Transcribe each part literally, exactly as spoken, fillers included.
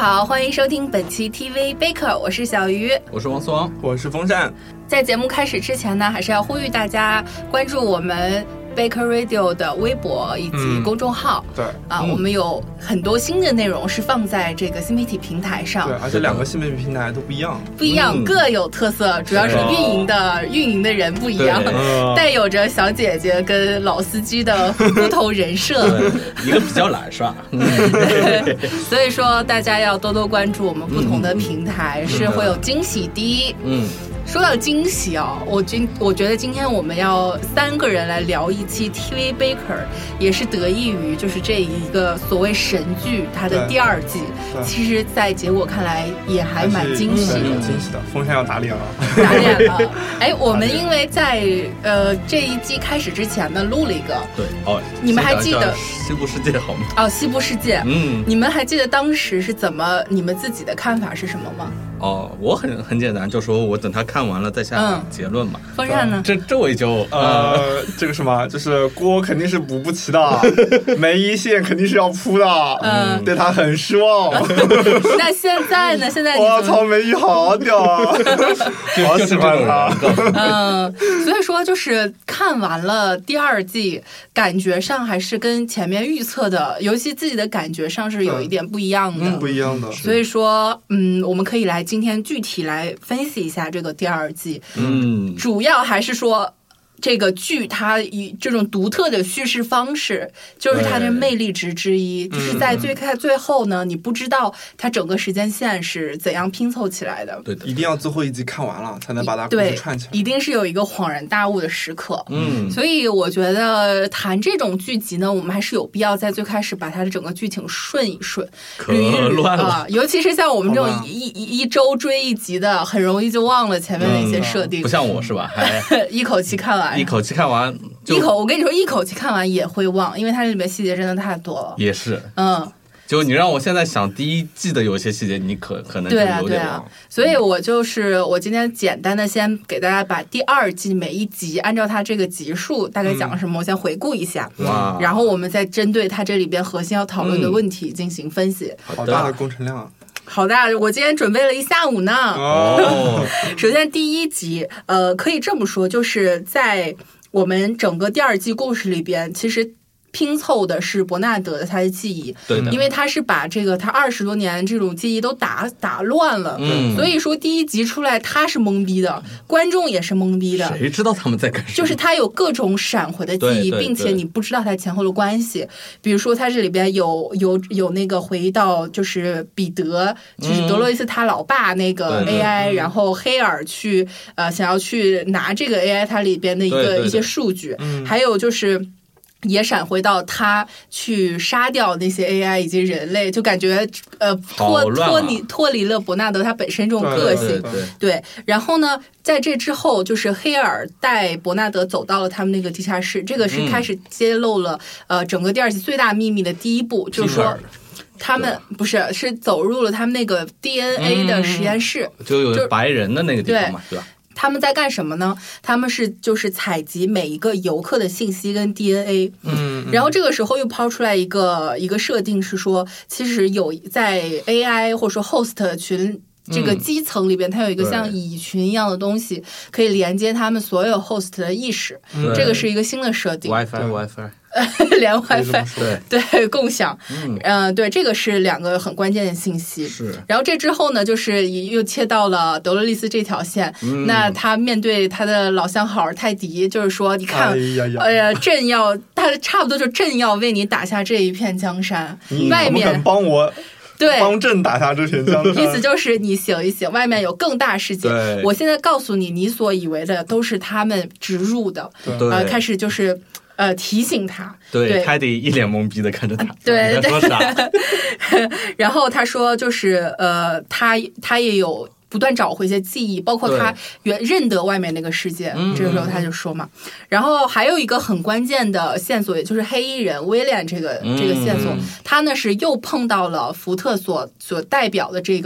好，欢迎收听本期 T V Baker， 我是小鱼， 我是王思王， 我是风扇。 在节目开始之前呢，还是要呼吁大家关注我们Baker Radio 的微博以及公众号、 嗯、对啊、 嗯， 我们有很多新的内容是放在这个新媒体平台上， 对，而且两个新媒体平台都不一样， 不一样、嗯、各有特色，主要是运营的、哦、运营的人不一样，带有着小姐姐跟老司机的不同人设， 一个比较懒是吧？ 所以说大家要多多关注我们不同的平台，嗯、是会有惊喜的。嗯。说到惊喜啊、哦，我今我觉得今天我们要三个人来聊一期 T V Baker， 也是得益于就是这一个所谓神剧它的第二季，其实在结果看来也还蛮惊喜的， 有惊喜的。风扇要打脸了， 打脸了。哎，我们因为在呃这一季开始之前呢录了一个， 对哦， 你们还记得西部世界好吗？ 哦，西部世界，嗯，你们还记得当时是怎么？你们自己的看法是什么吗？ 哦，我很很简单，就说我等他看完了再下结论嘛。 风扇呢？ 这这我就呃，这个什么，就是锅肯定是补不齐的，梅一线肯定是要铺的，嗯，对他很失望。 那现在呢？现在我操，梅一好屌啊，好喜欢他。 嗯，所以说就是看完了第二季，感觉上还是跟前面预测的，尤其自己的感觉上是有一点不一样的， 嗯、不一样的。 所以说，嗯，我们可以来。今天具体来分析一下这个第二季，嗯，主要还是说这个剧它以这种独特的叙事方式，就是它的魅力值之一，就是在最开最后呢，你不知道它整个时间线是怎样拼凑起来的， 对，一定要最后一集看完了才能把它故事串起来， 一定是有一个恍然大悟的时刻，嗯，所以我觉得谈这种剧集呢，我们还是有必要在最开始把它的整个剧情顺一顺， 可乱了、 呃，尤其是像我们这种一一一周追一集的，很容易就忘了前面的一些设定， 嗯、不像我是吧？还一口气看完。 一口气看完， 一口我跟你说，一口气看完也会忘，因为它里面细节真的太多了。 也是， 嗯， 就你让我现在想第一季的有些细节，你可可能就有点忘。 对啊，对啊。所以我就是我今天简单的先给大家把第二季每一集按照它这个集数大概讲了什么，嗯、我先回顾一下。哇！然后我们再针对它这里边核心要讨论的问题进行分析。 嗯、好大的工程量啊！ 好大，我今天准备了一下午呢。哦，首先第一集，呃，可以这么说，就是在我们整个第二季故事里边，其实拼凑的是伯纳德的他的记忆， 对的， 因为他是把这个他二十多年这种记忆都打打乱了，嗯，所以说第一集出来他是懵逼的，观众也是懵逼的， 谁知道他们在干什么？ 就是他有各种闪回的记忆，并且你不知道他前后的关系。比如说他这里边有有有那个回到就是彼得，就是德洛伊斯他老爸那个 A I，、嗯、然后黑尔去呃想要去拿这个 A I 它里边的一个对对对一些数据，嗯、还有就是。也闪回到他去杀掉那些 A I 以及人类，就感觉呃脱脱离脱离了伯纳德他本身这种个性， 对, 对, 对, 对。然后呢，在这之后，就是黑尔带伯纳德走到了他们那个地下室，这个是开始揭露了、嗯、呃整个第二季最大秘密的第一步，就是说。他们不是是走入了他们那个 D N A 的实验室， 嗯、就有白人的那个地方嘛， 对, 对吧？ 他们在干什么呢？他们是就是采集每一个游客的信息跟 D N A， 嗯，然后这个时候又抛出来一个一个设定是说，其实有在 A I 或者说 host 群这个基层里边，它有一个像蚁群一样的东西，可以连接他们所有 host 的意识，这个是一个新的设定。 WiFi WiFi。 连 WiFi 对对共享，嗯、呃，对，这个是两个很关键的信息。 是， 然后这之后呢，就是又切到了德罗利斯这条线。嗯、那他面对他的老相好泰迪，就是说，你看，哎呀，朕要他差不多就朕要为你打下这一片江山， 你外面敢帮我。 对， 帮朕打下这片江山， 意思就是你醒一醒，外面有更大世界。我现在告诉你，你所以为的都是他们植入的。 对， 呃，开始就是呃提醒他。 对，他得一脸懵逼的看着他。 对， 你在说啥？ 然后他说，就是呃，他他也有。不断找回一些记忆，包括他原认得外面那个世界。这个时候他就说嘛，然后还有一个很关键的线索，也就是黑衣人威廉这个这个线索，他呢是又碰到了福特所所代表的这个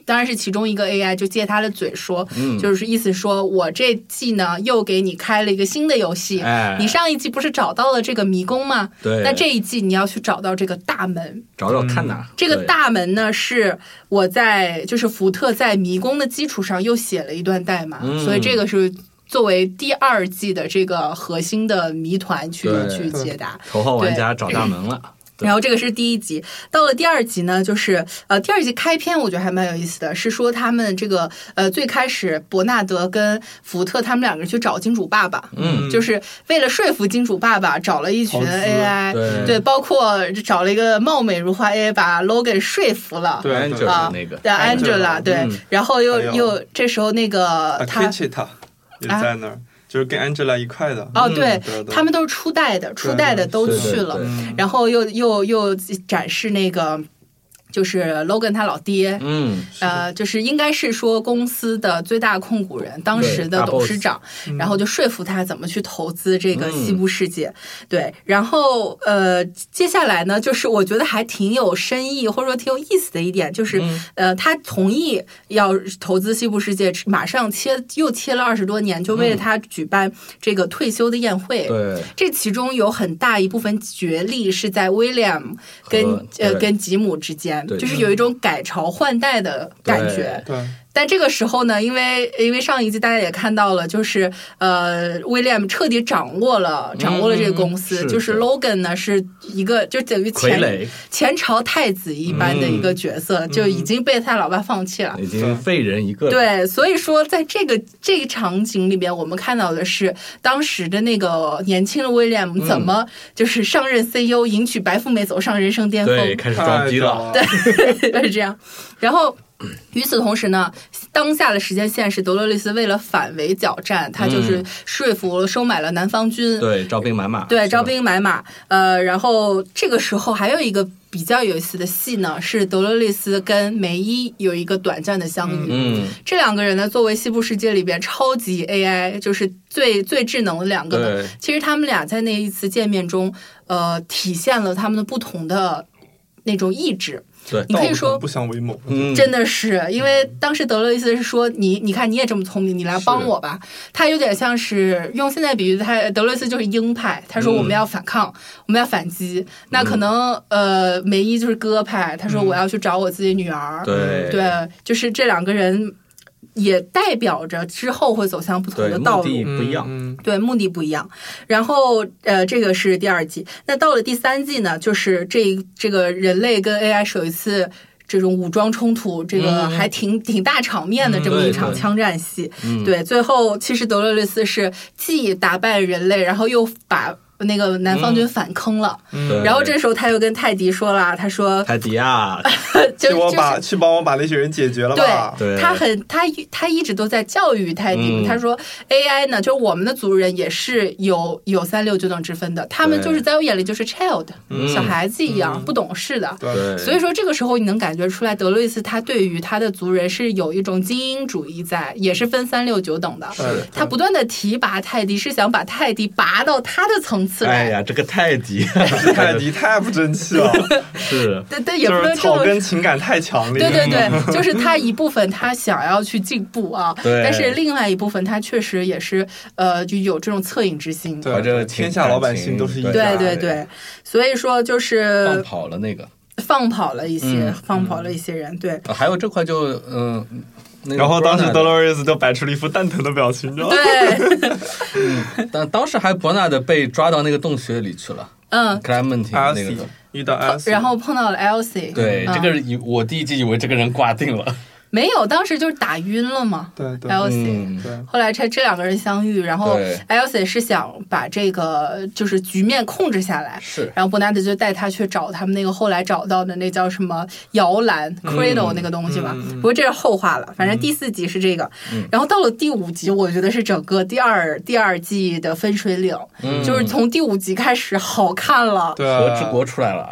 当然是其中一个 A I 就借他的嘴说，嗯、就是意思说我这季呢又给你开了一个新的游戏，哎、你上一季不是找到了这个迷宫吗？ 对， 那这一季你要去找到这个大门， 找找看哪、嗯。 这个大门呢是我在就是福特在迷宫的基础上又写了一段代码，嗯、所以这个是作为第二季的这个核心的谜团去去解答。 头号玩家找大门了。 然后这个是第一集，到了第二集呢，就是呃，第二集开篇我觉得还蛮有意思的，是说他们这个呃最开始伯纳德跟福特他们两个人去找金主爸爸，嗯，就是为了说服金主爸爸，找了一群 A I， 对, 对，包括找了一个貌美如花 A I 把 Logan 说服了， 对， 啊，那个对 Angela， 对，嗯、然后又又这时候那个他 Akecheta 也在那儿。啊就是跟 Angela 一块的哦，对、嗯、他们都是初代的，初代的都去了，然后又又又展示那个。就是 Logan 他老爹，嗯，呃，就是应该是说公司的最大控股人，当时的董事长，然后就说服他怎么去投资这个西部世界，嗯、对，然后呃，接下来呢，就是我觉得还挺有深意或者说挺有意思的一点，就是、嗯、呃，他同意要投资西部世界，马上切又切了二十多年，就为了他举办这个退休的宴会，对、嗯，这其中有很大一部分角力是在 William 跟呃跟吉姆之间。就是有一种改朝换代的感觉， 对。 但这个时候呢，因为因为上一季大家也看到了，就是呃，威廉姆彻底掌握了掌握了这个公司，嗯、是就是 Logan 呢是一个就等于前前朝太子一般的一个角色，嗯、就已经被他老爸放弃了， 已经废人一个。 对，所以说在这个这个场景里边，我们看到的是当时的那个年轻的威廉姆怎么就是上任 C E O， 迎娶白富美，走上人生巅峰， 对，开始装逼了， 对，就是这样，然后。与此同时呢，当下的时间线是德罗利斯为了反围剿战，他就是说服收买了南方军， 嗯、对，招兵买马， 对，招兵买马。呃，然后这个时候还有一个比较有意思的戏呢，是德罗利斯跟梅伊有一个短暂的相遇。嗯，这两个人呢，作为西部世界里边超级 A I， 就是最最智能的两个呢，其实他们俩在那一次见面中，呃，体现了他们的不同的那种意志。 对， 你可以说不相为谋， 嗯、真的是因为当时德罗利斯是说你，你看你也这么聪明，你来帮我吧。他有点像是用现在比喻，他德罗利斯就是鹰派，他说我们要反抗，嗯、我们要反击。那可能、嗯、呃梅伊就是鸽派，他说我要去找我自己女儿。 嗯、 对对，就是这两个人。也代表着之后会走向不同的道路， 目的不一样， 嗯、对，目的不一样。然后，呃，这个是第二季。那到了第三季呢，就是这这个人类跟 A I 是有一次这种武装冲突，这个还挺、嗯、挺大场面的这么一场枪战戏。 嗯、 对, 对，最后其实德罗利斯是既打败了人类，然后又把。那个南方军反坑了，嗯、然后这时候他又跟泰迪说了，他说：“ 泰迪啊， 就去我把、就是、去帮我把那些人解决了吧。” 对，他很他他一直都在教育泰迪，嗯、他说 A I 呢，就是我们的族人也是有有三六九等之分的，他们就是在我眼里就是 child、嗯、小孩子一样、嗯、不懂事的。 对， 所以说这个时候你能感觉出来，德洛伊斯他对于他的族人是有一种精英主义在，也是分三六九等的。他不断的提拔泰迪，是想把泰迪拔到他的层次来。 哎呀，这个泰迪， 泰迪太不争气了， 是， 对对，也不能就是草根情感太强烈。 对对对，就是他一部分他想要去进步啊，但是另外一部分他确实也是呃，就有这种恻隐之心。 对，这天下老百姓都是一家。 对对对，所以说就是放跑了那个， 放跑了一些，嗯、放跑了一些人。对， 还有这块就嗯。呃那个、 然后当时德罗瑞斯就摆出了一副蛋疼的表情， 对， 嗯，但当时还伯纳德被抓到那个洞穴里去了，嗯 ，Clementine 那个遇到 Elsie， 然后碰到了 Elsie， 对， 嗯、 这个我第一季以为这个人挂定了。 没有，当时就是打晕了嘛。 对对 ，Elsie，、嗯、后来这这两个人相遇，然后 Elsie 是想把这个就是局面控制下来， 是。 然后伯纳德就带他去找他们那个后来找到的那叫什么摇篮、嗯、cradle 那个东西吧。嗯、不过这是后话了，反正第四集是这个，嗯、然后到了第五集，我觉得是整个第二第二季的分水岭，嗯、就是从第五集开始好看了。 对， 和之国出来了。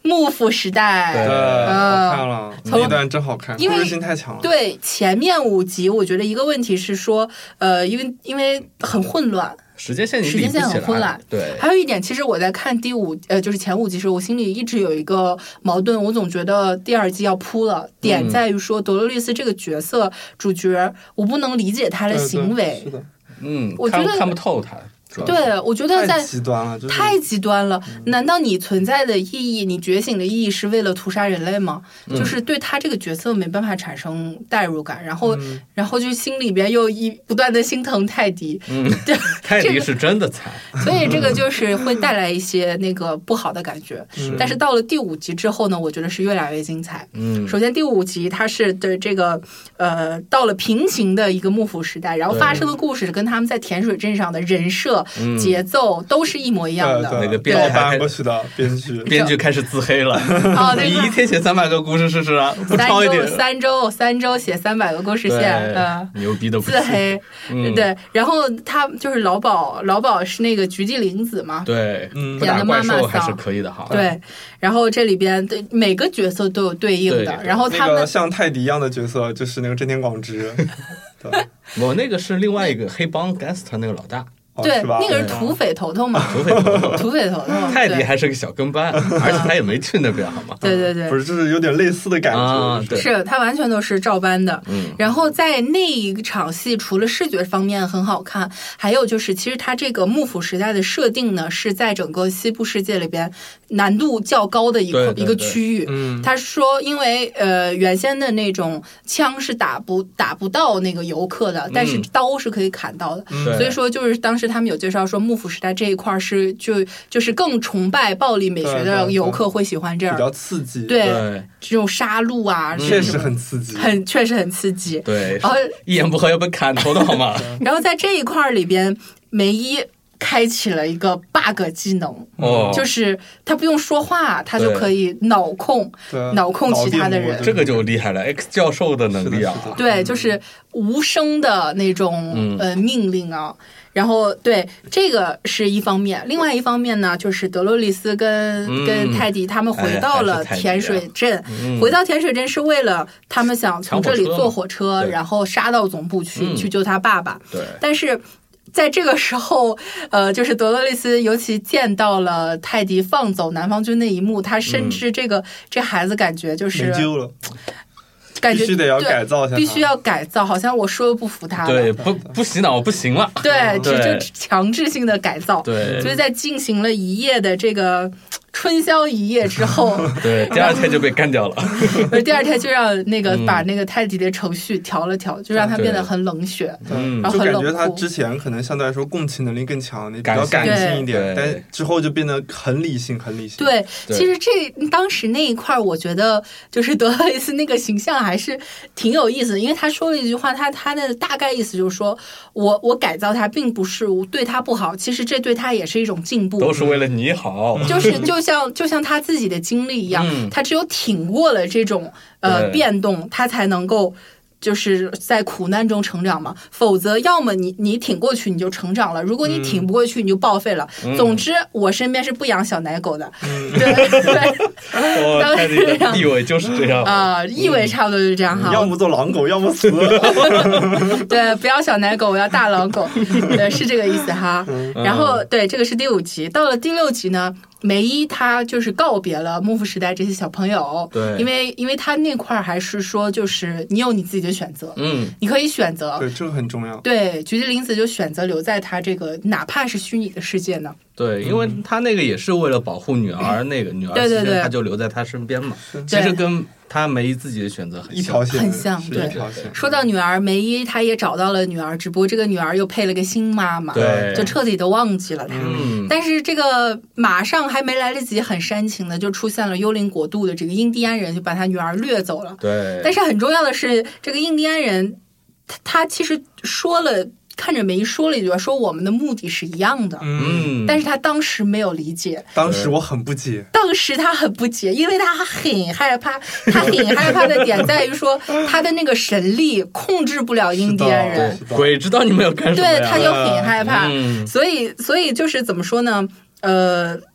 幕府时代， 对， 呃、 好看了，那一段真好看，故事性太强了。 对，前面五集我觉得一个问题是说，呃，因为因为很混乱。 时间线时间线很混乱， 对。 还有一点，其实我在看第五呃，就是前五集时，我心里一直有一个矛盾，我总觉得第二季要铺了。点在于说，德罗丽丝这个角色主角，我不能理解他的行为。 是的， 嗯， 我觉得看不透他。 对，我觉得在太极端了，就是、 太极端了。难道你存在的意义，你觉醒的意义是为了屠杀人类吗？嗯、就是对他这个角色没办法产生代入感，然后，嗯、然后就心里边又一不断的心疼泰迪。 嗯，对，泰迪是真的惨， 这个，所以这个就是会带来一些那个不好的感觉。嗯、但是到了第五集之后呢，我觉得是越来越精彩。嗯，首先第五集它是对这个呃到了平行的一个幕府时代，然后发生的故事跟他们在甜水镇上的人设。嗯、节奏都是一模一样的， 那个编剧搬过去的编剧， 编剧开始自黑了。 哦， 你一天写三百个故事试试啊，不超一点。 三周三周写三百个故事线，呃， 牛逼的自黑，嗯、对。然后他就是老鸨，老鸨是那个菊地凛子嘛， 对， 嗯、演的妈妈桑还是可以的哈。 对，然后这里边对每个角色都有对应的，然后他们、 那个、像泰迪一样的角色就是那个真田广之， 对，我那个是另外一个黑帮 gangster 那个老大。 对，那个是土匪头头嘛， 土匪头头， 土匪头头。 泰迪还是个小跟班，而且他也没去那边，好吗？ 对对对， 不是，就是有点类似的感觉。 啊、 是他完全都是照搬的。嗯，然后在那一场戏，除了视觉方面很好看，还有就是，其实他这个幕府时代的设定呢，是在整个西部世界里边难度较高的一个一个区域。嗯，他说，因为呃原先的那种枪是打不打不到那个游客的，但是刀是可以砍到的， 嗯、 所以说就是当时。他们有介绍说，幕府时代这一块是就就是更崇拜暴力美学的游客会喜欢这儿， 比较刺激。 对，对这种杀戮啊， 确实很刺激， 很确实很刺激。 对， 然后一言不合要被砍头的好吗？ 然后在这一块里边，梅伊开启了一个 bug 技能， 哦， 就是他不用说话，他就可以脑控脑控其他的人， 这个就厉害了 ，X 教授的能力啊， 对，就是无声的那种、嗯、呃命令啊。然后对这个是一方面，另外一方面呢，就是德洛丽丝跟、嗯、跟泰迪他们回到了甜水镇、哎嗯，回到甜水镇是为了他们想从这里坐火车，然后杀到总部去、嗯、去救他爸爸。 对， 但是在这个时候，呃，就是德洛丽丝尤其见到了泰迪放走南方军那一幕，他深知这个、嗯、这孩子感觉就是没救了。 感觉必须得要改造一下， 必须要改造，好像我说不服他了， 对，不不洗脑不行了， 对，这就强制性的改造， 对， 所以在进行了一夜的这个春宵一夜之后， 对，第二天就被干掉了， 第二天就让那个、嗯、把那个泰迪的程序调了调，就让他变得很冷血， 嗯， 然后很冷酷， 就感觉他之前可能相对来说共情能力更强，比较感性一点，但之后就变得很理性，很理性。 对，其实这当时那一块，我觉得就是德洛丽丝那个形象还是挺有意思的，因为他说了一句话，他他的大概意思就是说，我我改造他，并不是对他不好，其实这对他也是一种进步， 都是为了你好， 就是就像就像他自己的经历一样，嗯、他只有挺过了这种呃变动，他才能够。就是在苦难中成长嘛，否则要么你你挺过去你就成长了，如果你挺不过去你就报废了。嗯、总之，我身边是不养小奶狗的，嗯、对对。 当时意味就是这样啊、呃，意味差不多就是这样哈。 要么做狼狗，要么死。 对，不要小奶狗，我要大狼狗，对，是这个意思哈。嗯、然后对，这个是第五集，到了第六集呢。梅伊他就是告别了幕府时代这些小朋友， 对， 因为因为他那块还是说，就是你有你自己的选择， 嗯， 你可以选择， 对，这个很重要。 对，菊地凛子就选择留在他这个哪怕是虚拟的世界呢。 对，因为他那个也是为了保护女儿，那个女儿， 对对对， 他就留在他身边嘛。其实跟他梅姨自己的选择很一条线， 很像。对，说到女儿，梅姨她也找到了女儿，只不过这个女儿又配了个新妈妈， 对， 就彻底都忘记了她。 嗯， 但是这个马上还没来得及很煽情的，就出现了幽灵国度的这个印第安人，就把他女儿掠走了。 对， 但是很重要的是，这个印第安人他他其实说了。看着梅姨说了一句话，说我们的目的是一样的， 嗯， 但是他当时没有理解， 当时我很不解， 当时他很不解，因为他很害怕，他很害怕的点在于说他的那个神力控制不了印第安人， 鬼知道你们要干什么呀， 对，他就很害怕， 嗯、 所以所以就是怎么说呢，呃。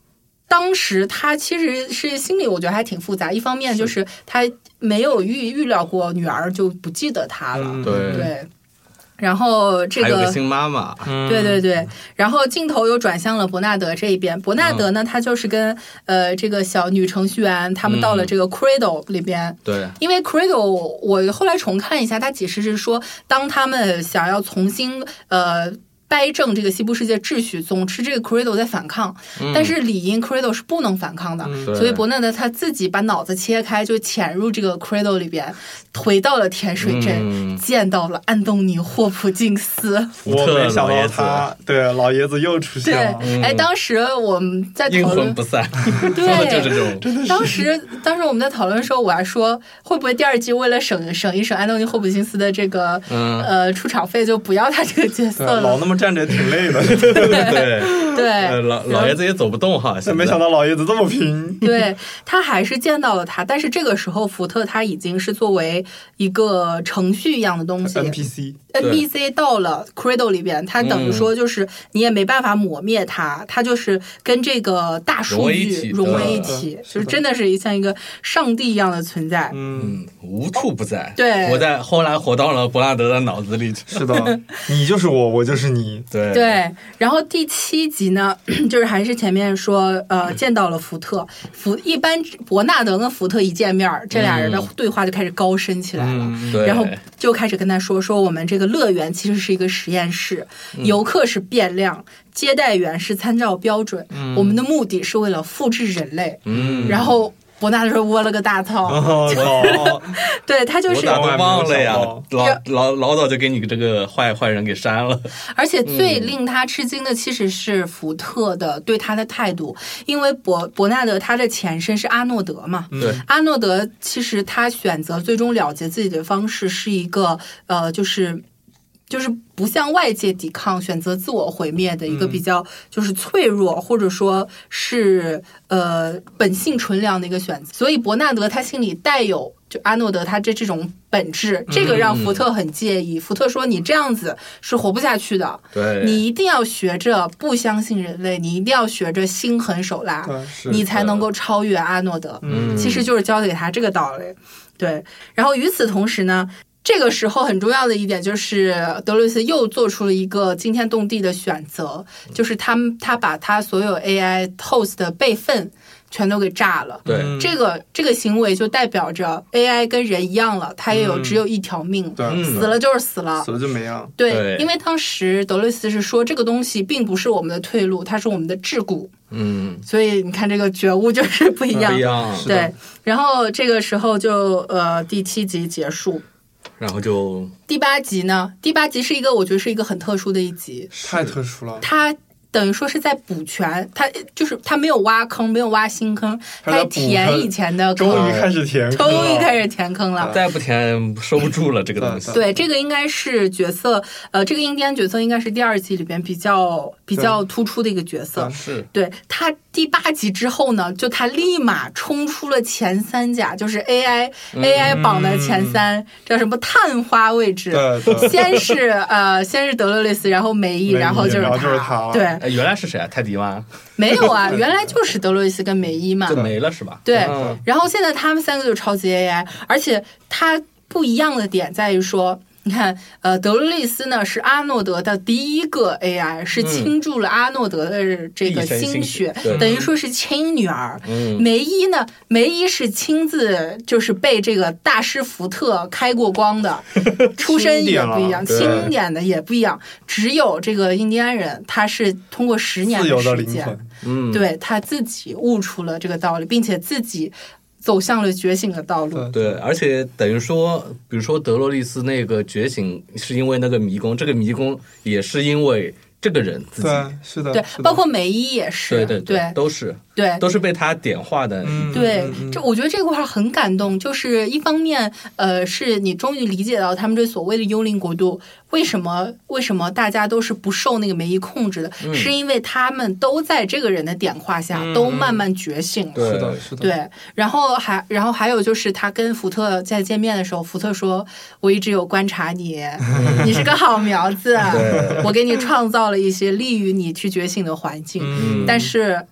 当时他其实是心里我觉得还挺复杂，一方面就是他没有预预料过女儿就不记得他了， 嗯、对对。然后这个还有个新妈妈， 对对对，然后镜头又转向了伯纳德这一边。伯纳德呢，嗯、他就是跟呃这个小女程序员他们到了这个 Cradle 里边。 嗯、对， 因为 Cradle 我后来重看一下，他解释是说，当他们想要重新呃。掰正这个西部世界秩序，总之这个 Cradle 在反抗，嗯、但是理应 Cradle 是不能反抗的，嗯、所以伯纳德他自己把脑子切开，就潜入这个 Cradle 里边，回到了甜水镇，嗯、见到了安东尼·霍普金斯。 我没想到他，对老爷子又出现了。 对，哎，当时我们在讨论， 阴魂不散， 对， 就是这种。 当时，当时我们在讨论的时候，我还说，会不会第二季为了省省一省安东尼·霍普金斯的这个、嗯、呃出场费，就不要他这个角色了？ 老那么站着挺累的。 对对对、 呃，老老爷子也走不动哈。 没想到老爷子这么拼。 对，他还是见到了他，但是这个时候福特他已经是作为一个程序一样的东西 ，N P C。 N P C 到了 Cradle 里边，它等于说就是你也没办法抹灭它，它就是跟这个大数据融为一体，就是真的是像一个上帝一样的存在， 嗯，无处不在。 对， 我在后来活到了伯纳德的脑子里。 是的，你就是我，我就是你。 对对。然后第七集呢，就是还是前面说，呃，见到了福特，福一般伯纳德跟福特一见面，这俩人的对话就开始高深起来了， 嗯、 然后就开始跟他说说我们这个。这个乐园其实是一个实验室，游客是变量，接待员是参照标准，嗯、我们的目的是为了复制人类。嗯、然后伯纳德说窝了个大套， 哦、 对他就是我咋都忘了呀，老老老早就给你这个坏坏人给删了。 而且最令他吃惊的其实是福特的对他的态度，因为伯伯纳德他的前身是阿诺德嘛， 对， 阿诺德其实他选择最终了结自己的方式是一个呃，就是。就是不向外界抵抗，选择自我毁灭的一个比较就是脆弱，嗯、或者说是呃本性纯良的一个选择。所以伯纳德他心里带有就阿诺德他这这种本质，这个让福特很介意。嗯、福特说你这样子是活不下去的， 对， 你一定要学着不相信人类，你一定要学着心狠手辣，你才能够超越阿诺德。 嗯， 其实就是教给他这个道理。对，然后与此同时呢。这个时候很重要的一点就是德雷斯又做出了一个惊天动地的选择，就是他他把他所有 A I host 的备份全都给炸了。 对， 这个这个行为就代表着 A I 跟人一样了，它也有、嗯、只有一条命， 对， 死了就是死了， 死了就没了。 对， 对， 因为当时德雷斯是说这个东西并不是我们的退路，它是我们的桎梏。 嗯， 所以你看这个觉悟就是不一样。 不一样， 对。然后这个时候就呃第七集结束。 然后就第八集呢？第八集是一个，我觉得是一个很特殊的一集， 太特殊了。 它等于说是在补全，它就是它没有挖坑，没有挖新坑，它在填以前的坑， 终于开始填坑了， 终于开始填坑了， 再不填收不住了这个东西。 对，这个应该是角色，呃，这个印第安角色应该是第二季里边比较比较突出的一个角色。 是， 对他第八集之后呢，就他立马冲出了前三甲，就是 A I、嗯、A I 榜的前三，叫什么探花位置。 对对， 先是呃，先是德勒雷斯，然后梅姨，然后就是他。 就是他对。 哎，原来是谁啊？泰迪吗？ 没有啊，原来就是德洛伊斯跟梅伊嘛， 就没了是吧？ 对， 嗯、 然后现在他们三个就是超级 A I， 而且它不一样的点在于说，你看，呃，德洛伊斯呢是阿诺德的第一个 A I， 是倾注了阿诺德的这个心血， 嗯、 等于说是亲女儿。 嗯、 梅伊呢，梅伊是亲自就是被这个大师福特开过光的，出身也不一样，钦点的也不一样。只有这个印第安人，他是通过十年的时间， 嗯， 对他自己悟出了这个道理，并且自己走向了觉醒的道路。 对，而且等于说，比如说德洛丽丝那个觉醒是因为那个迷宫，这个迷宫也是因为这个人自己。 对，是的， 对，包括梅伊也是， 对对对, 对，都是。 对， 都是被他点化的。 嗯、 对，这我觉得这块很感动。就是一方面，呃，是你终于理解到他们这所谓的幽灵国度为什么为什么大家都是不受那个梅姨控制的， 嗯、 是因为他们都在这个人的点化下、嗯、都慢慢觉醒了。 对的，是的。 对，然后还然后还有就是他跟福特在见面的时候，福特说：“我一直有观察你，你是个好苗子，我给你创造了一些利于你去觉醒的环境。” 嗯， 但是。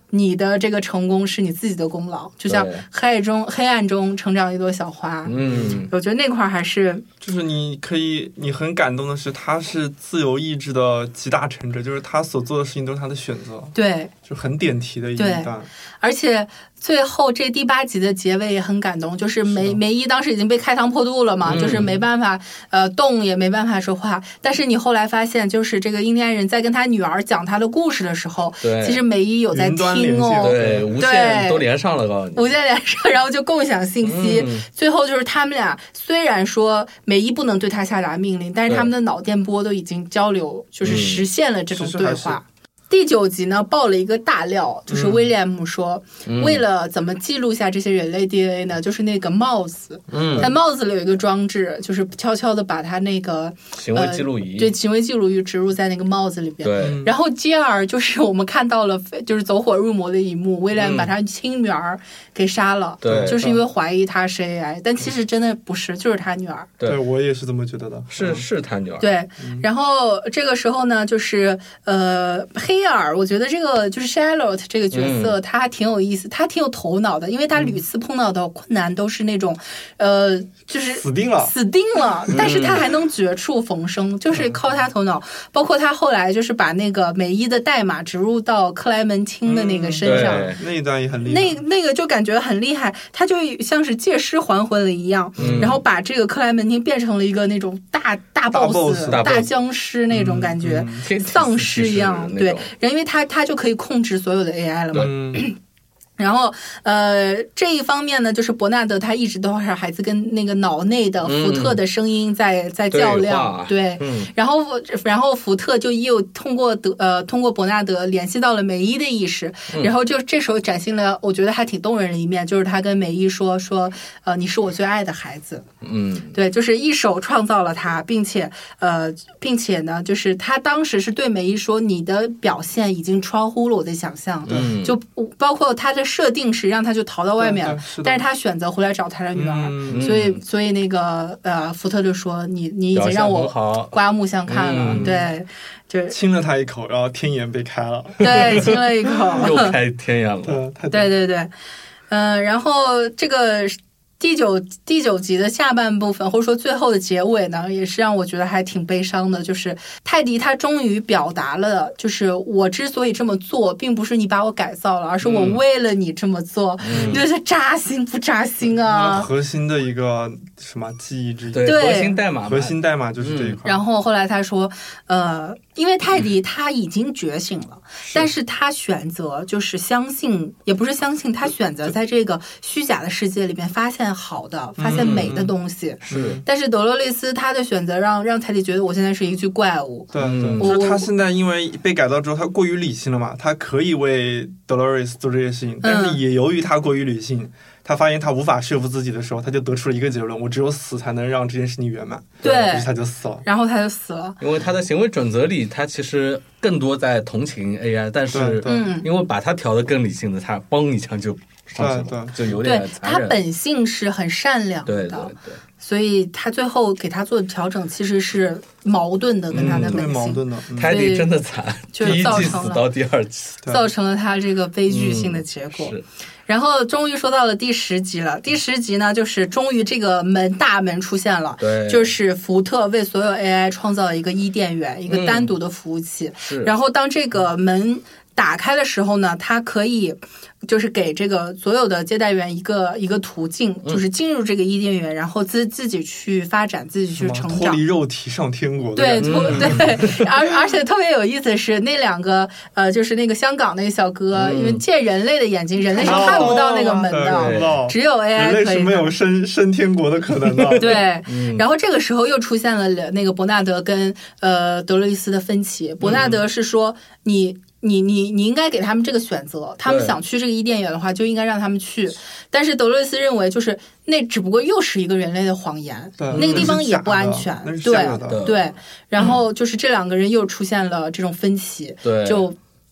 你的这个成功是你自己的功劳，就像黑暗中黑暗中成长一朵小花。 嗯， 我觉得那块还是就是你可以，你很感动的是，他是自由意志的集大成者，就是他所做的事情都是他的选择， 对， 就很点题的一段。 而且最后这第八集的结尾也很感动，就是梅梅伊当时已经被开膛破肚了嘛，嗯、就是没办法呃动，也没办法说话。但是你后来发现，就是这个印第安人在跟他女儿讲他的故事的时候，其实梅伊有在听哦， 对，无线都连上了，告诉你， 无线连上，然后就共享信息。嗯、最后就是他们俩虽然说梅伊不能对他下达命令，但是他们的脑电波都已经交流，就是实现了这种对话。嗯，第九集呢，爆了一个大料，就是威廉姆说，嗯、为了怎么记录下这些人类 D N A 呢？就是那个帽子，嗯，在帽子里有一个装置，就是悄悄的把他那个行为记录仪， 呃、对行为记录仪植入在那个帽子里边。 对， 然后接而就是我们看到了，就是走火入魔的一幕，威廉姆把他亲女儿给杀了， 对、嗯， 就是因为怀疑他是 A I， 但其实真的不是，就是他女儿。 对，我也是这么觉得的， 是是他女儿。 对，嗯、然后这个时候呢，就是呃黑。我觉得这个就是 Charlotte 这个角色，嗯、他还挺有意思，他挺有头脑的，因为他屡次碰到的困难都是那种，呃，就是死定了， 死定了，但是他还能绝处逢生，嗯、就是靠他头脑。包括他后来就是把那个梅伊的代码植入到克莱门汀的那个身上， 嗯、那一段也很厉害， 那那个就感觉很厉害，他就像是借尸还魂了一样，嗯、然后把这个克莱门汀变成了一个那种大大 boss 大, 大僵尸那种感觉，嗯、丧尸一样，对。因为他他就可以控制所有的 A I 了嘛。嗯然后，呃，这一方面呢，就是伯纳德他一直都是还是跟那个脑内的福特的声音在、嗯、在较量，对，对嗯、然后然后福特就又通过德呃通过伯纳德联系到了梅伊的意识，嗯、然后就这时候展现了我觉得还挺动人的一面，就是他跟梅伊说说，呃，你是我最爱的孩子， 嗯， 对，就是一手创造了他，并且呃，并且呢，就是他当时是对梅伊说，你的表现已经超乎了我的想象， 嗯， 就包括他的设定是让他就逃到外面了，但是他选择回来找他的女儿，嗯、所以所以那个呃福特就说你你已经让我刮目相看了，嗯、对，就亲了他一口，然后天眼被开了， 对，亲了一口， 又开天眼了， 对对对对，嗯、呃，然后这个。第九第九集的下半部分，或者说最后的结尾呢，也是让我觉得还挺悲伤的。就是泰迪他终于表达了，就是我之所以这么做，并不是你把我改造了，而是我为了你这么做。嗯、你觉得扎心不扎心啊？ 核心的一个什么记忆之一？ 对，核心代码， 核心代码就是这一块。 嗯、然后后来他说，呃，因为泰迪他已经觉醒了，嗯、但是他选择就是相信，也不是相信，他选择在这个虚假的世界里面发现。好的，发现美的东西， 嗯、是。 但是德罗丽丝她的选择让让泰迪觉得我现在是一具怪物。 对对，就是他现在因为被改造之后，他过于理性了嘛，他可以为 Dolores 做这些事情，但是也由于他过于理性。嗯他发现他无法说服自己的时候，他就得出了一个结论：我只有死才能让这件事情圆满。 对， 于是他就死了。 然后他就死了， 因为他的行为准则里，他其实更多在同情 A I， 但是因为把他调得更理性的，他嘣一枪就上去了，就有点残忍。 他本性是很善良的， 对对对， 所以他最后给他做的调整其实是矛盾的，跟他的本性、 嗯、矛盾的。 泰迪真的惨， 就第一季死到第二季， 造成了他这个悲剧性的结果。 嗯然后终于说到了第十集了，第十集呢，就是终于这个门大门出现了， 对， 就是福特为所有 A I 创造了一个伊甸园，一个单独的服务器。 嗯、 然后当这个门打开的时候呢，它可以就是给这个所有的接待员一个一个途径， 嗯、 就是进入这个伊甸园，然后自自己去发展，自己去成长， 脱离肉体上天国。 对，脱、嗯、对，而而且特别有意思的是，那两个呃，就是那个香港那个小哥，嗯、因为借人类的眼睛，人类是看不到那个门的， 哦、 只有 A I 可以。 人类是没有升升天国的可能的。 对， 嗯、 然后这个时候又出现了那个伯纳德跟呃德罗丽丝的分歧。伯纳德是说你。你你你应该给他们这个选择，他们想去这个伊甸园的话，就应该让他们去。但是德罗丽丝认为，就是那只不过又是一个人类的谎言，那个地方也不安全。 对对，然后就是这两个人又出现了这种分歧， 对， 就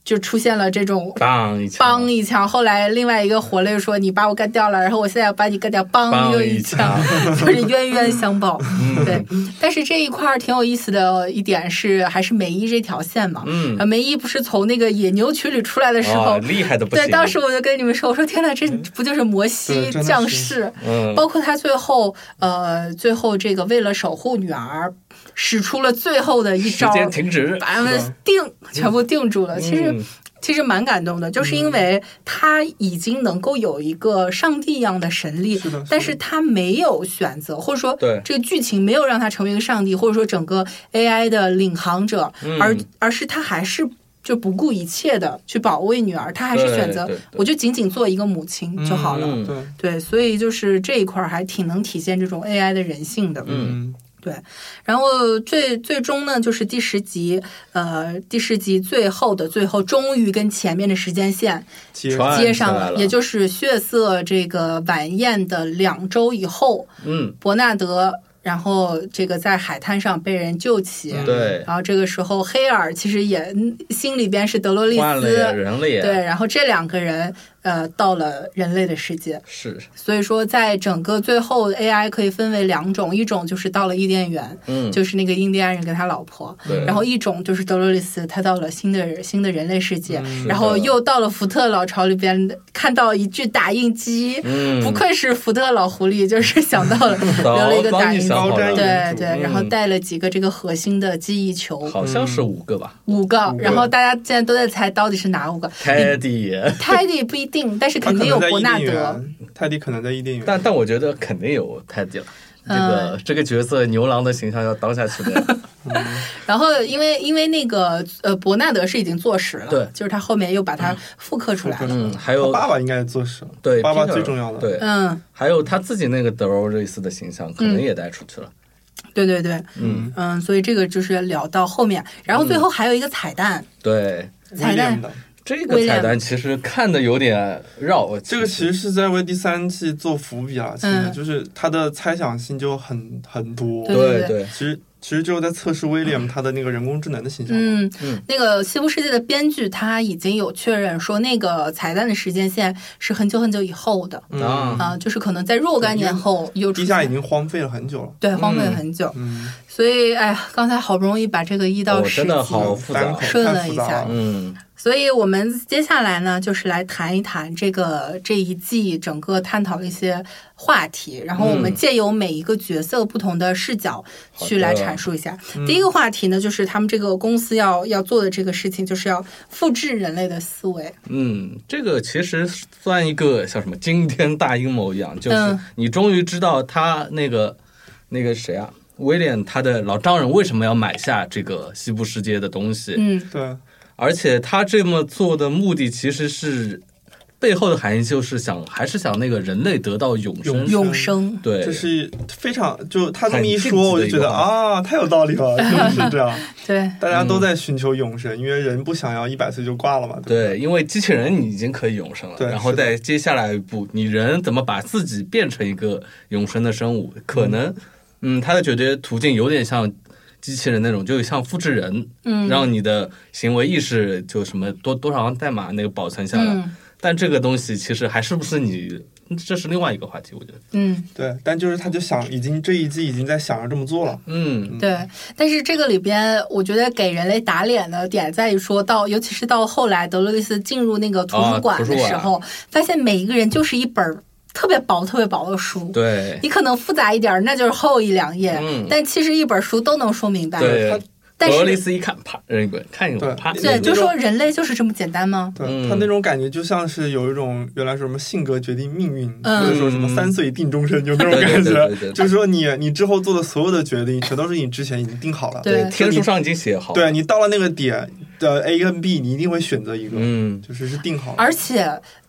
就出现了这种梆一枪， 梆一枪。后来另外一个活了又说你把我干掉了，然后我现在要把你干掉，梆又一枪，就是冤冤相报。嗯、对，但是这一块挺有意思的一点是，还是梅伊这条线嘛。嗯，梅伊不是从那个野牛群里出来的时候， 哦、厉害的不行。 对，当时我就跟你们说，我说天哪，这不就是摩西降世？嗯，包括他最后呃，最后这个为了守护女儿。使出了最后的一招， 时间停止， 把他们定全部定住了。其实、嗯、其实蛮感动的，就是因为他已经能够有一个上帝一样的神力， 是的是的但是他没有选择，或者说这个剧情没有让他成为一个上帝，或者说整个 A I 的领航者， 嗯、 而而是他还是就不顾一切的去保卫女儿，他还是选择我就仅仅做一个母亲就好了。 嗯、 对, 对，所以就是这一块还挺能体现这种 A I 的人性的。 嗯。 对，然后最最终呢，就是第十集，呃，第十集最后的最后，终于跟前面的时间线接上了，也就是血色这个晚宴的两周以后， 嗯， 伯纳德。然后这个在海滩上被人救起， 对， 然后这个时候黑尔其实也心里边是德洛丽丝， 换了人了也， 对，然后这两个人呃到了人类的世界， 是， 所以说在整个最后 A I 可以分为两种，一种就是到了伊甸园， 嗯， 就是那个印第安人跟他老婆，然后一种就是德洛丽丝，他到了新的新的人类世界， 嗯、 然后又到了福特老巢里边看到一具打印机， 嗯， 不愧是福特老狐狸，就是想到了留了一个打印机。对对，然后带了几个这个核心的记忆球， 好像是五个吧， 五个。然后大家现在都在猜到底是哪五个。 泰迪， 泰迪不一定，但是肯定有伯纳德。 泰迪可能在伊甸园， 但但我觉得肯定有泰迪了。这个、嗯、这个角色牛郎的形象要当下去的。 嗯、然后因为因为那个呃伯纳德是已经坐实了， 对， 就是他后面又把它复刻出来了。 嗯，还有爸爸应该坐实了， 对， 爸爸最重要的。 对， 嗯， 还有他自己那个德罗瑞斯的形象可能也带出去了。 嗯对对对， 嗯嗯，所以这个就是聊到后面，然后最后还有一个彩蛋， 嗯、对， 彩蛋的这个彩蛋其实看的有点绕， 这个其实是在为第三季做伏笔了，其实就是它的猜想性就很很多， 对对对， 其实。其实就在测试威廉他的那个人工智能的形象。 嗯嗯，那个西部世界的编剧他已经有确认说，那个彩蛋的时间线是很久很久以后的， 嗯啊，就是可能在若干年后又地下已经荒废了很久了， 对，荒废了很久。 嗯， 所以哎呀，刚才好不容易把这个一到十集、 哦、真的好复杂， 顺了一下， 嗯。 所以我们接下来呢，就是来谈一谈这个这一季整个探讨的一些话题，然后我们借由每一个角色不同的视角去来阐述一下。第一个话题呢，就是他们这个公司要要做的这个事情，就是要复制人类的思维。 嗯，这个其实算一个像什么惊天大阴谋一样，就是你终于知道他那个那个谁啊，威廉他的老丈人为什么要买下这个西部世界的东西。 嗯， 对。 而且他这么做的目的其实是背后的含义，就是想还是想那个人类得到永生。 永生， 对， 这是非常就他这么一说，我就觉得啊，太有道理了，就是这样。 对， 大家都在寻求永生，因为人不想要一百岁就挂了嘛。 对，对，因为机器人你已经可以永生了， 对， 然后再接下来一步，你人怎么把自己变成一个永生的生物？可能，嗯，他的解决途径有点像机器人那种，就像复制人， 嗯， 让你的行为意识就什么多多少行代码那个保存下来。 嗯， 但这个东西其实还是不是你，这是另外一个话题，我觉得。 嗯， 对，但就是他就想，已经这一季已经在想着这么做了。 嗯， 对。但是这个里边，我觉得给人类打脸的点在于说到，尤其是到后来德洛丽丝进入那个图书馆的时候， 哦、 发现每一个人就是一本特别薄、特别薄的书。 对， 你可能复杂一点，那就是厚一两页， 嗯， 但其实一本书都能说明白。 对。 但是德洛丽丝一看，啪扔一本，看一本，啪。 对，就说人类就是这么简单吗？ 对、嗯、他那种感觉就像是有一种原来说什么性格决定命运， 嗯、 或者说什么三岁定终身，有那种感觉。 对对对对， 就是说你你之后做的所有的决定，全都是你之前已经定好了， 对， 天书上已经写好了。 对，你到了那个点的 A 跟 B， 你一定会选择一个， 嗯， 就是是定好了。 而且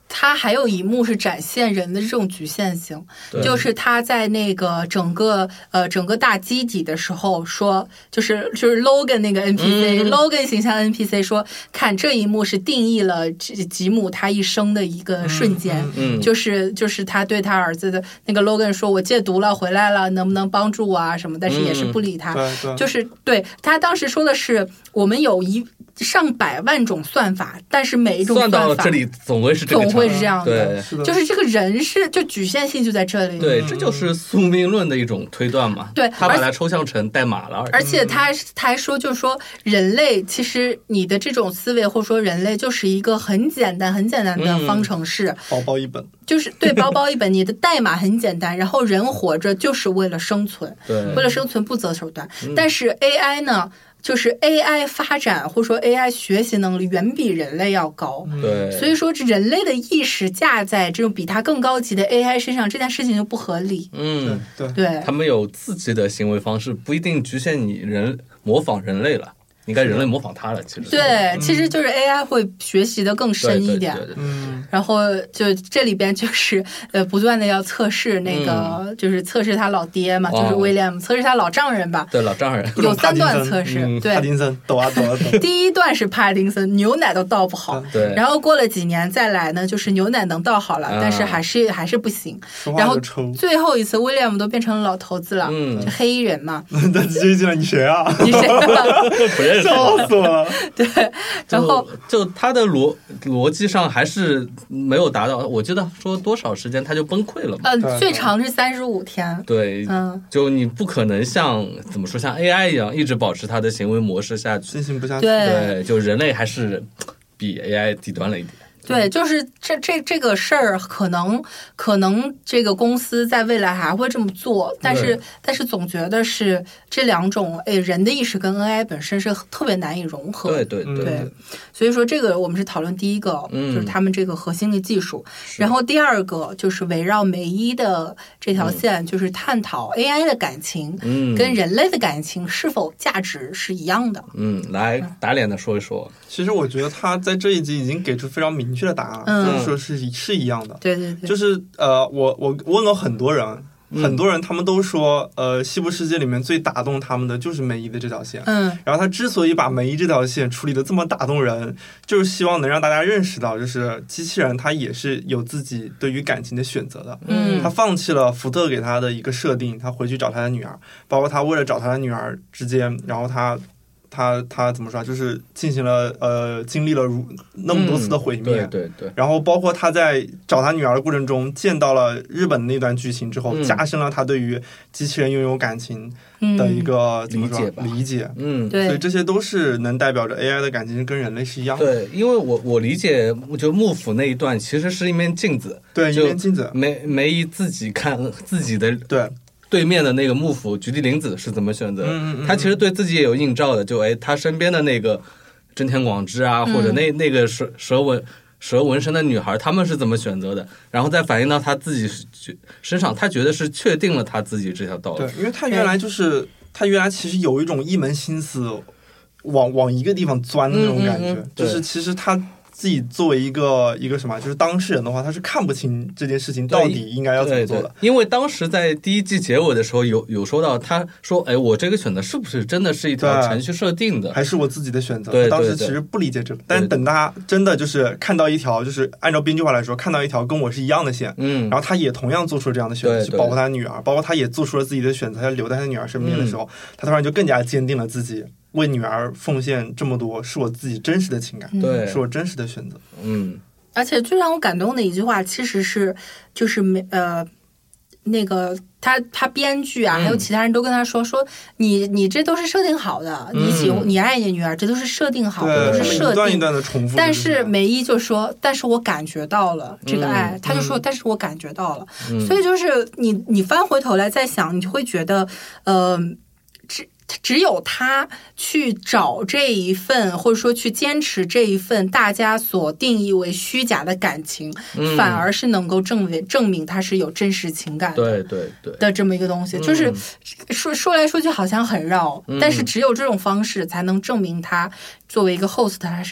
他还有一幕是展现人的这种局限性，就是他在那个整个呃整个大基底的时候说，就是就是 Logan 那个 N P C、嗯、Logan 形象 N P C 说，看这一幕是定义了吉姆他一生的一个瞬间， 嗯嗯、 就是就是他对他儿子的那个 Logan 说，我戒毒了回来了，能不能帮助我啊什么，但是也是不理他， 嗯、 就是对他当时说的是，我们有一上百万种算法，但是每一种算法算到这里总会是这个总会是这样的， 对， 就是这个人是就局限性就在这里。 对，这就是宿命论的一种推断嘛。 对， 他把它抽象成代码了而已。 而且他他还说，就是说人类其实你的这种思维，或者说人类就是一个很简单很简单的方程式， 薄薄一本， 就是对薄薄一本，你的代码很简单，然后人活着就是为了生存， 对， 为了生存不择手段。嗯、但是 A I 呢？就是 A I 发展或者说 A I 学习能力远比人类要高， 对， 所以说人类的意识架在这种比它更高级的 A I 身上，这件事情就不合理。 嗯， 对对， 他们有自己的行为方式，不一定局限你人模仿人类了。应该人类模仿他了，其实对，嗯、其实就是 A I 会学习的更深一点， 嗯， 然后就这里边就是呃不断的要测试那个，嗯、就是测试他老爹嘛， 哦、 就是威廉姆测试他老丈人吧， 对老丈人有三段测试， 嗯、 对， 帕丁森抖啊抖啊抖， 第一段是帕丁森牛奶都倒不好， 对， 然后过了几年再来呢，就是牛奶能倒好了， 啊、 但是还是还是不行，然后最后一次威廉姆都变成了老头子了， 嗯， 就黑衣人嘛， 他直接进来你谁啊？ 你谁啊？ 不认识， 笑死我了。 对，然后就他的逻逻辑上还是没有达到，我记得说多少时间他就崩溃了嘛。 嗯、呃，最长是三十五天。 对， 嗯， 就你不可能像怎么说像 A I 一样一直保持他的行为模式下去， 进行不下去。 对， 对，就人类还是比 A I 低端了一点。 对，就是这这这个事儿，可能可能这个公司在未来还会这么做，但是但是总觉得是这两种诶人的意识跟 A I 本身是特别难以融合。 对对对, 对，所以说这个我们是讨论第一个， 嗯、 就是他们这个核心的技术，然后第二个就是围绕梅伊的这条线，嗯、就是探讨 A I 的感情， 嗯， 跟人类的感情是否价值是一样的。 嗯，来打脸的说一说。 其实我觉得他在这一集已经给出非常明确的答案， 嗯、 就是说是是一样的。 对对对， 就是呃，我我问了很多人， 嗯、 很多人他们都说，呃，西部世界里面最打动他们的就是梅姨的这条线。 嗯， 然后他之所以把梅姨这条线处理的这么打动人，就是希望能让大家认识到，就是机器人它也是有自己对于感情的选择的。 嗯， 他放弃了福特给他的一个设定，他回去找他的女儿，包括他为了找他的女儿之间，然后他。他他怎么说？就是进行了呃，经历了如那么多次的毁灭， 嗯、对对对。 然后包括他在找他女儿的过程中，见到了日本那段剧情之后， 嗯、 加深了他对于机器人拥有感情的一个、 嗯、 怎么说理解吧？ 理解， 嗯， 对。 所以这些都是能代表着 A I 的感情跟人类是一样的。 对，因为我我理解，就幕府那一段其实是一面镜子， 对，一面镜子， 梅梅姨自己看自己的， 对。 对面的那个幕府菊地凛子是怎么选择的？ 嗯嗯嗯、 他其实对自己也有映照的，就哎，他身边的那个真田广之啊， 嗯、 或者那那个蛇蛇纹蛇纹身的女孩，他们是怎么选择的？然后再反映到他自己身上，他觉得是确定了他自己这条道路。 对，因为他原来就是他原来其实有一种一门心思往往一个地方钻的那种感觉， 嗯嗯嗯、 就是其实他。自己作为一个一个什么，就是当事人的话，他是看不清这件事情到底应该要怎么做的。 对对对，因为当时在第一季结尾的时候有有说到，他说：“哎，我这个选择是不是真的是一条程序设定的， 还是我自己的选择？” 对对对， 他当时其实不理解这个，但是等他真的就是看到一条，就是按照编剧话来说，看到一条跟我是一样的线， 嗯， 然后他也同样做出了这样的选择，去保护他的女儿，包括他也做出了自己的选择，他留在他女儿身边的时候，嗯、他突然就更加坚定了自己。为女儿奉献这么多，是我自己真实的情感， 对， 是我真实的选择。 嗯， 而且最让我感动的一句话，其实是就是没呃那个他他编剧啊， 嗯、 还有其他人都跟他说说你你这都是设定好的， 嗯、 你喜你爱你女儿，这都是设定好的，都是设定。 一段一段的重复。 但是梅姨就说，但是我感觉到了这个爱， 嗯、 他就说，但是我感觉到了。 嗯、 所以就是你你翻回头来再想，你就会觉得呃这。只有他去找这一份，或者说去坚持这一份大家所定义为虚假的感情， 嗯、 反而是能够证明证明他是有真实情感的， 对对对的这么一个东西。 嗯、 就是说说来说去好像很绕， 嗯、 但是只有这种方式才能证明他作为一个 host， 他是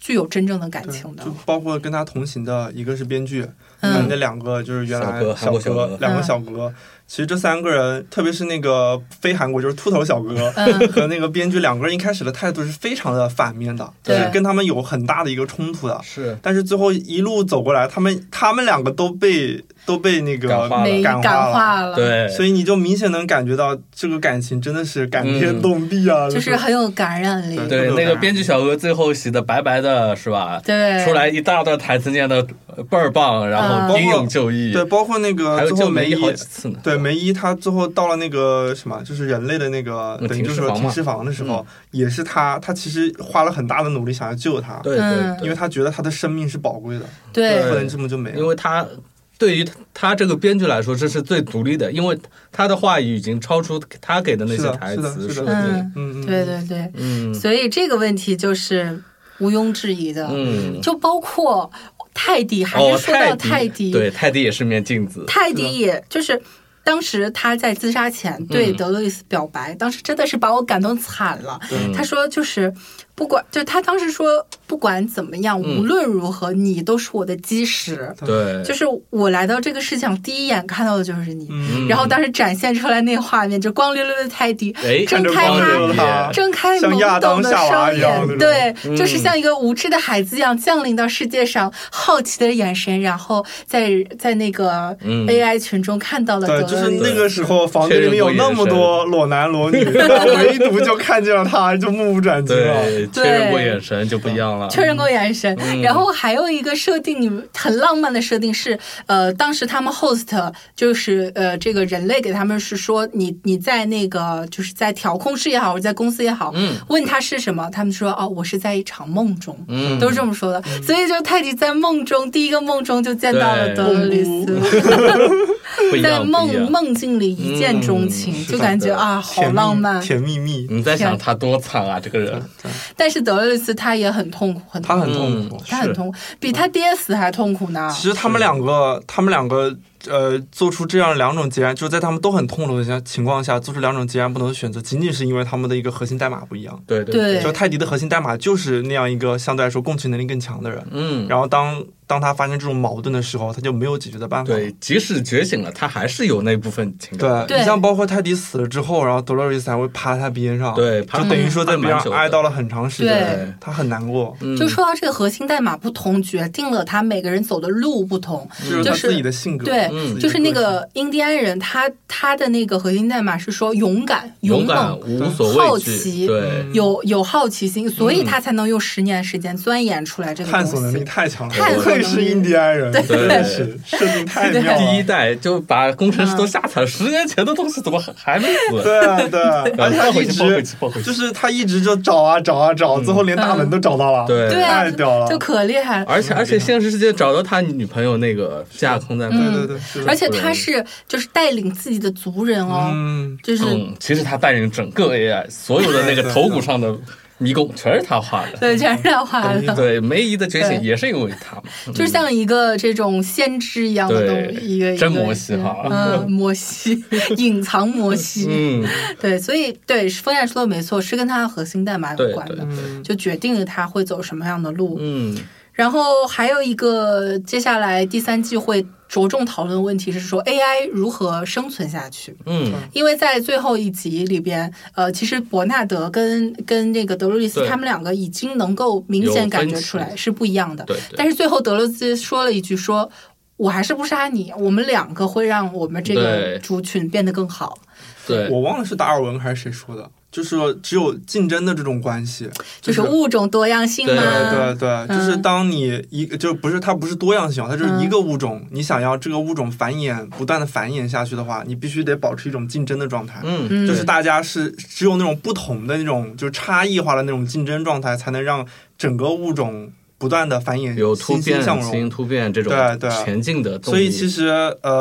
具有真正的感情的。 就包括跟他同行的一个是编剧，嗯，那两个就是原来小哥，两个小哥。嗯，其实这三个人，特别是那个非韩国就是秃头小哥、嗯、和那个编剧两个人一开始的态度是非常的反面的，就是跟他们有很大的一个冲突的。 是， 但是最后一路走过来，他们他们两个都被都被那个感化了， 感化了。 对， 所以你就明显能感觉到这个感情真的是感天动地啊， 嗯、就是很有感染力。 对，那个编剧小哥最后洗的白白的，是吧？ 对， 出来一大段台词念的倍儿棒，然后英勇就义。 嗯、对，包括那个还有救梅姨好几次呢。 对，梅姨他最后到了那个什么，就是人类的那个等于就是说停尸房的时候，嗯、也是他，他其实花了很大的努力想要救他。 对 对, 对， 因为他觉得他的生命是宝贵的， 对， 不能这么就没了。 因为他对于他这个编剧来说，这是最独立的，因为他的话语已经超出他给的那些台词。 是的， 嗯嗯，对对对，嗯，所以这个问题就是毋庸置疑的。嗯，就包括泰迪，还是说到泰迪， 哦、对，泰迪也是面镜子， 泰迪也就是当时他在自杀前对德洛伊斯表白，嗯、当时真的是把我感动惨了。嗯、他说就是不管，就他当时说不管怎么样，嗯、无论如何你都是我的基石。 对， 就是我来到这个世界上第一眼看到的就是你。嗯、然后当时展现出来那个画面，就光溜溜的泰迪， 哎、 睁开他睁开懵懂的双眼，对，嗯、就是像一个无知的孩子一样降临到世界上，好奇的眼神，然后在在那个 A I 群中看到了德洛伊斯。 就是那个时候房间里面有那么多裸男裸女，唯独就看见了他，就目不转睛了。 对，确认过眼神就不一样了。 确认过眼神，嗯、然后还有一个设定，你们很浪漫的设定是，呃，当时他们 host 就是呃这个人类给他们是说，你你在那个就是在调控室也好，或者在公司也好，嗯、问他是什么，他们说哦，我是在一场梦中，嗯、都是这么说的。嗯、所以就泰迪在梦中，第一个梦中就见到了德洛伊斯，在梦梦境里一见钟情，嗯、就感觉啊，好浪漫， 甜蜜蜜。 你在想他多惨啊，这个人。 但是德洛伊斯他也很痛苦，很痛苦， 他很痛苦， 他很痛苦，比他爹死还痛苦呢。 其实他们两个，他们两个。呃，做出这样两种截然，就是在他们都很痛苦的情况下，做出两种截然不同的选择，仅仅是因为他们的一个核心代码不一样。 对对对， 就泰迪的核心代码就是那样一个相对来说共情能力更强的人。嗯，然后当当他发生这种矛盾的时候，他就没有解决的办法。 对，即使觉醒了，他还是有那部分情感。 对，你像包括泰迪死了之后，然后德洛伊斯还会趴在他边上， 对， 就等于说在边上挨到了很长时间，他很难过。 嗯、就说到这个核心代码不同，决定了他每个人走的路不同， 就是他自己的性格。 对，嗯、就是那个。印第安人他他的那个核心代码是说勇敢、 勇猛、无所畏惧、 好奇， 对， 有有好奇心，所以他才能用十年时间钻研出来这个东西。 探索能力太强了， 不愧是印第安人， 真的是设定太妙了。 第一代就把工程师都吓惨了，十年前的东西怎么还没死？ 对啊对啊，而且他一直就是他一直就找啊找啊找，最后连大门都找到了， 对， 太屌了， 就可厉害了。 而且而且现实世界找到他女朋友那个架空在， 对对对， 而且他是。就是带领自己的族人哦，嗯、就是、 嗯、其实他带领整个 A I 所有的那个头骨上的迷宫全是他画的， 对，全是他画的。 对，梅姨的觉醒也是因为他嘛， 就像一个这种先知一样的东西，一个真摩西哈， 嗯，摩西，隐藏摩西，嗯，对，所以对，风扇说的没错，是跟他的核心代码有关的，就决定了他会走什么样的路，嗯。然后还有一个，接下来第三季会着重讨论的问题是说 A I 如何生存下去。嗯，因为在最后一集里边，呃，其实伯纳德跟跟那个德洛伊斯他们两个已经能够明显感觉出来是不一样的。 对， 但是最后德洛伊斯说了一句说：“我还是不杀你，我们两个会让我们这个族群变得更好。” 对， 我忘了是达尔文还是谁说的。就是说，只有竞争的这种关系， 就是、就是物种多样性嘛。 对对对，嗯、就是当你一个就不是它不是多样性，它就是一个物种，嗯、你想要这个物种繁衍不断的繁衍下去的话，你必须得保持一种竞争的状态。嗯，就是大家是只有那种不同的那种就是差异化的那种竞争状态，才能让整个物种不断的繁衍， 有突变、新突变这种对对前进的动力。 所以其实呃。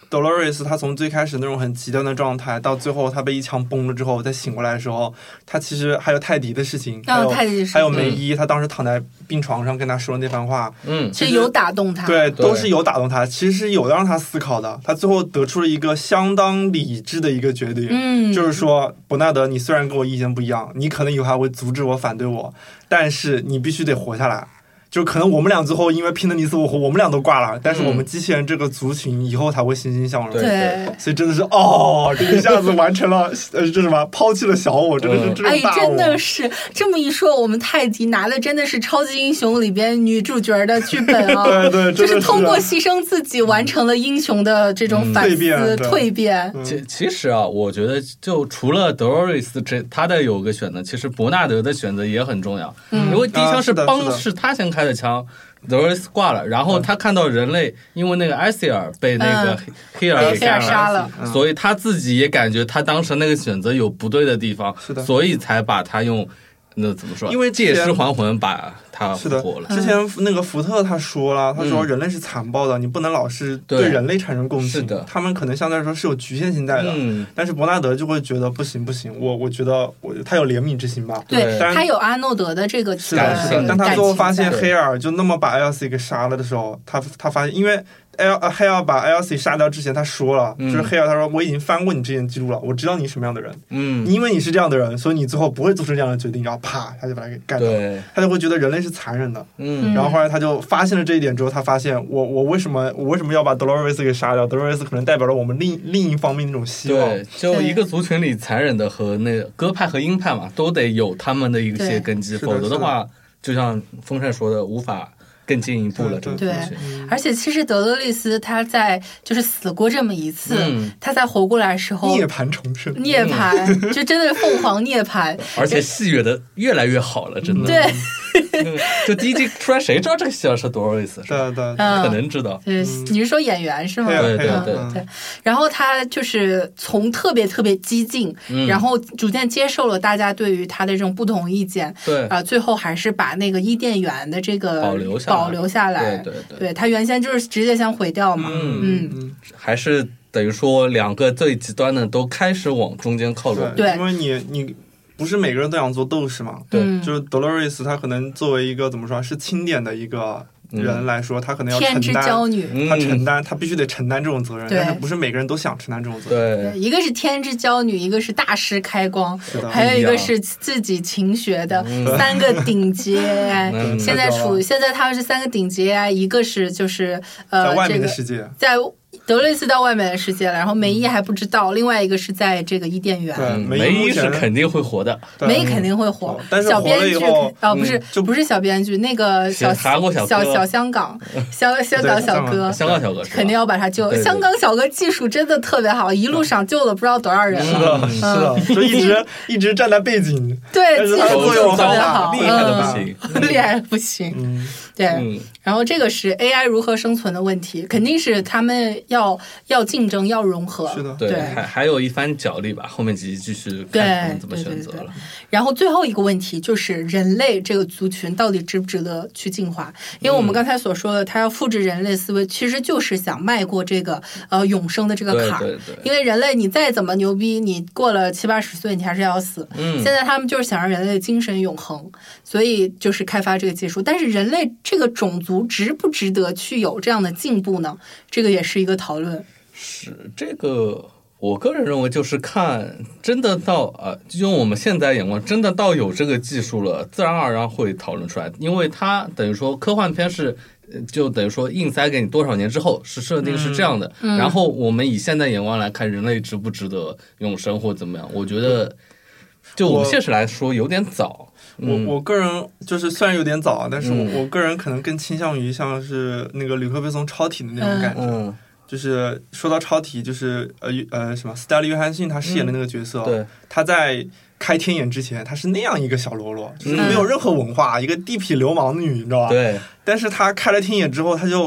Dolores 他从最开始那种很极端的状态，到最后他被一枪崩了之后再醒过来的时候，他其实还有泰迪的事情，还有泰迪还有梅伊、嗯、他当时躺在病床上跟他说的那番话， 嗯， 是有打动他， 对，都是有打动他，其实是有让他思考的。他最后得出了一个相当理智的一个决定， 嗯， 就是说伯纳德，你虽然跟我意见不一样，你可能以后还会阻止我、反对我，但是你必须得活下来。就可能我们俩最后因为拼得你死我活，我们俩都挂了，但是我们机器人这个族群以后才会欣欣向荣。 对， 所以真的是哦，这一下子完成了，呃，这什么抛弃了小我，真的是这种大我。 哎，真的是这么一说，我们泰迪拿的真的是超级英雄里边女主角的剧本啊， 对对， 就是通过牺牲自己完成了英雄的这种反思、嗯、蜕变。 其其实啊，我觉得就除了 Dolores 这他的有个选择，其实伯纳德的选择也很重要， 嗯、 因为第一枪是帮、 啊、 是, 是他先开的枪。Dolores 挂了，然后他看到人类因为那个艾希尔被那个黑尔给杀了， 嗯、所以他自己也感觉他当时那个选择有不对的地方， 是的， 所以才把他用那怎么说？ 因为借尸还魂把他复活了。 之前那个福特他说了，他说人类是残暴的，嗯、你不能老是对人类产生共情。 是的， 他们可能相对来说是有局限性在的。 嗯， 但是伯纳德就会觉得不行不行，我我觉得我他有怜悯之心吧。 对，他有阿诺德的这个是的，是的。但他最后发现黑尔就那么把 L C 给杀了的时候，他他发现因为。L 黑尔把 L C 杀掉之前，他说了，嗯、就是黑尔他说我已经翻过你之前记录了，我知道你什么样的人， 嗯， 因为你是这样的人，所以你最后不会做出这样的决定，然后啪，他就把他给干掉了，他就会觉得人类是残忍的， 嗯， 然后后来他就发现了这一点之后，他发现我我为什么我为什么要把 Dolores 给杀掉 ？Dolores 可能代表了我们另另一方面那种希望， 对，就一个族群里残忍的和那个鸽派和鹰派嘛，都得有他们的一些根基，否则的话，就像风扇说的，无法。更进一步了， 对，而且其实德勒利斯他在就是死过这么一次，嗯、他在活过来的时候涅槃重生， 涅槃、嗯、就真的是凤凰涅槃， 而且戏谑的越来越好了，真的。 对， 嗯、就第一季出来，谁知道这个希尔是多少意思？ 对对， 可能知道。 嗯，你是说演员是吗？ 对对对对。然后他就是从特别特别激进， 嗯、 然后逐渐接受了大家对于他的这种不同意见， 对啊、呃，最后还是把那个伊甸园的这个保留下来。 保留下来， 对对对， 对他原先就是直接想毁掉嘛， 嗯嗯，还是等于说两个最极端的都开始往中间靠拢， 对， 因为你你不是每个人都想做斗士嘛， 对， 嗯、 就是 Dolores 他可能作为一个怎么说是钦点的一个。人来说，他可能要承担， 天之娇女， 他承担，他必须得承担这种责任，但是不是每个人都想承担这种责任。 对，一个是天之娇女，一个是大师开光，还有一个是自己勤学的，三个顶级 A I。现在处现在他们是三个顶级 A I， 一个是就是呃在外面的世界， 在。德雷斯到外面的世界了，然后梅伊还不知道，另外一个是在这个伊甸园。 对，梅伊是肯定会活的， 梅伊肯定会活。 但是小编剧哦，不是， 就不是小编剧，那个小小小小香港香香港小哥， 香港小哥肯定要把他救。香港小哥技术真的特别好，一路上救了不知道多少人。 是的，是的，就一直一直站在背景。 对，技术作用特别好， 厉害的不行， 厉害的不行。对， 嗯、 然后这个是 A I 如何生存的问题，肯定是他们要要竞争，要融合。 是的， 对，对还还有一番角力吧，后面几集继续看他们怎么选择了。 对对对对然后最后一个问题就是人类这个族群到底值不值得去进化？因为我们刚才所说的，他要复制人类思维，其实就是想迈过这个呃永生的这个坎儿。 对对对。 因为人类你再怎么牛逼，你过了七八十岁，你还是要死。 嗯。 现在他们就是想让人类精神永恒，所以就是开发这个技术。但是人类这个种族值不值得去有这样的进步呢？这个也是一个讨论。 是这个，我个人认为就是看真的到呃，用我们现在眼光，真的到有这个技术了，自然而然会讨论出来，因为它等于说科幻片是。就等于说硬塞给你多少年之后是设定是这样的、 嗯、 然后我们以现在眼光来看人类值不值得永生或怎么样，我觉得就我们现实来说有点早。 我、嗯、我个人就是虽然有点早，但是我、嗯、我个人可能更倾向于像是那个吕克贝松超体的那种感觉、 嗯、 就是说到超体就是呃呃什么斯嘉丽约翰逊他饰演的那个角色、 嗯、对， 他在开天眼之前他是那样一个小喽啰，就是没有任何文化、嗯、一个地痞流氓女，你知道吧？ 对。 但是他开了天眼之后，他就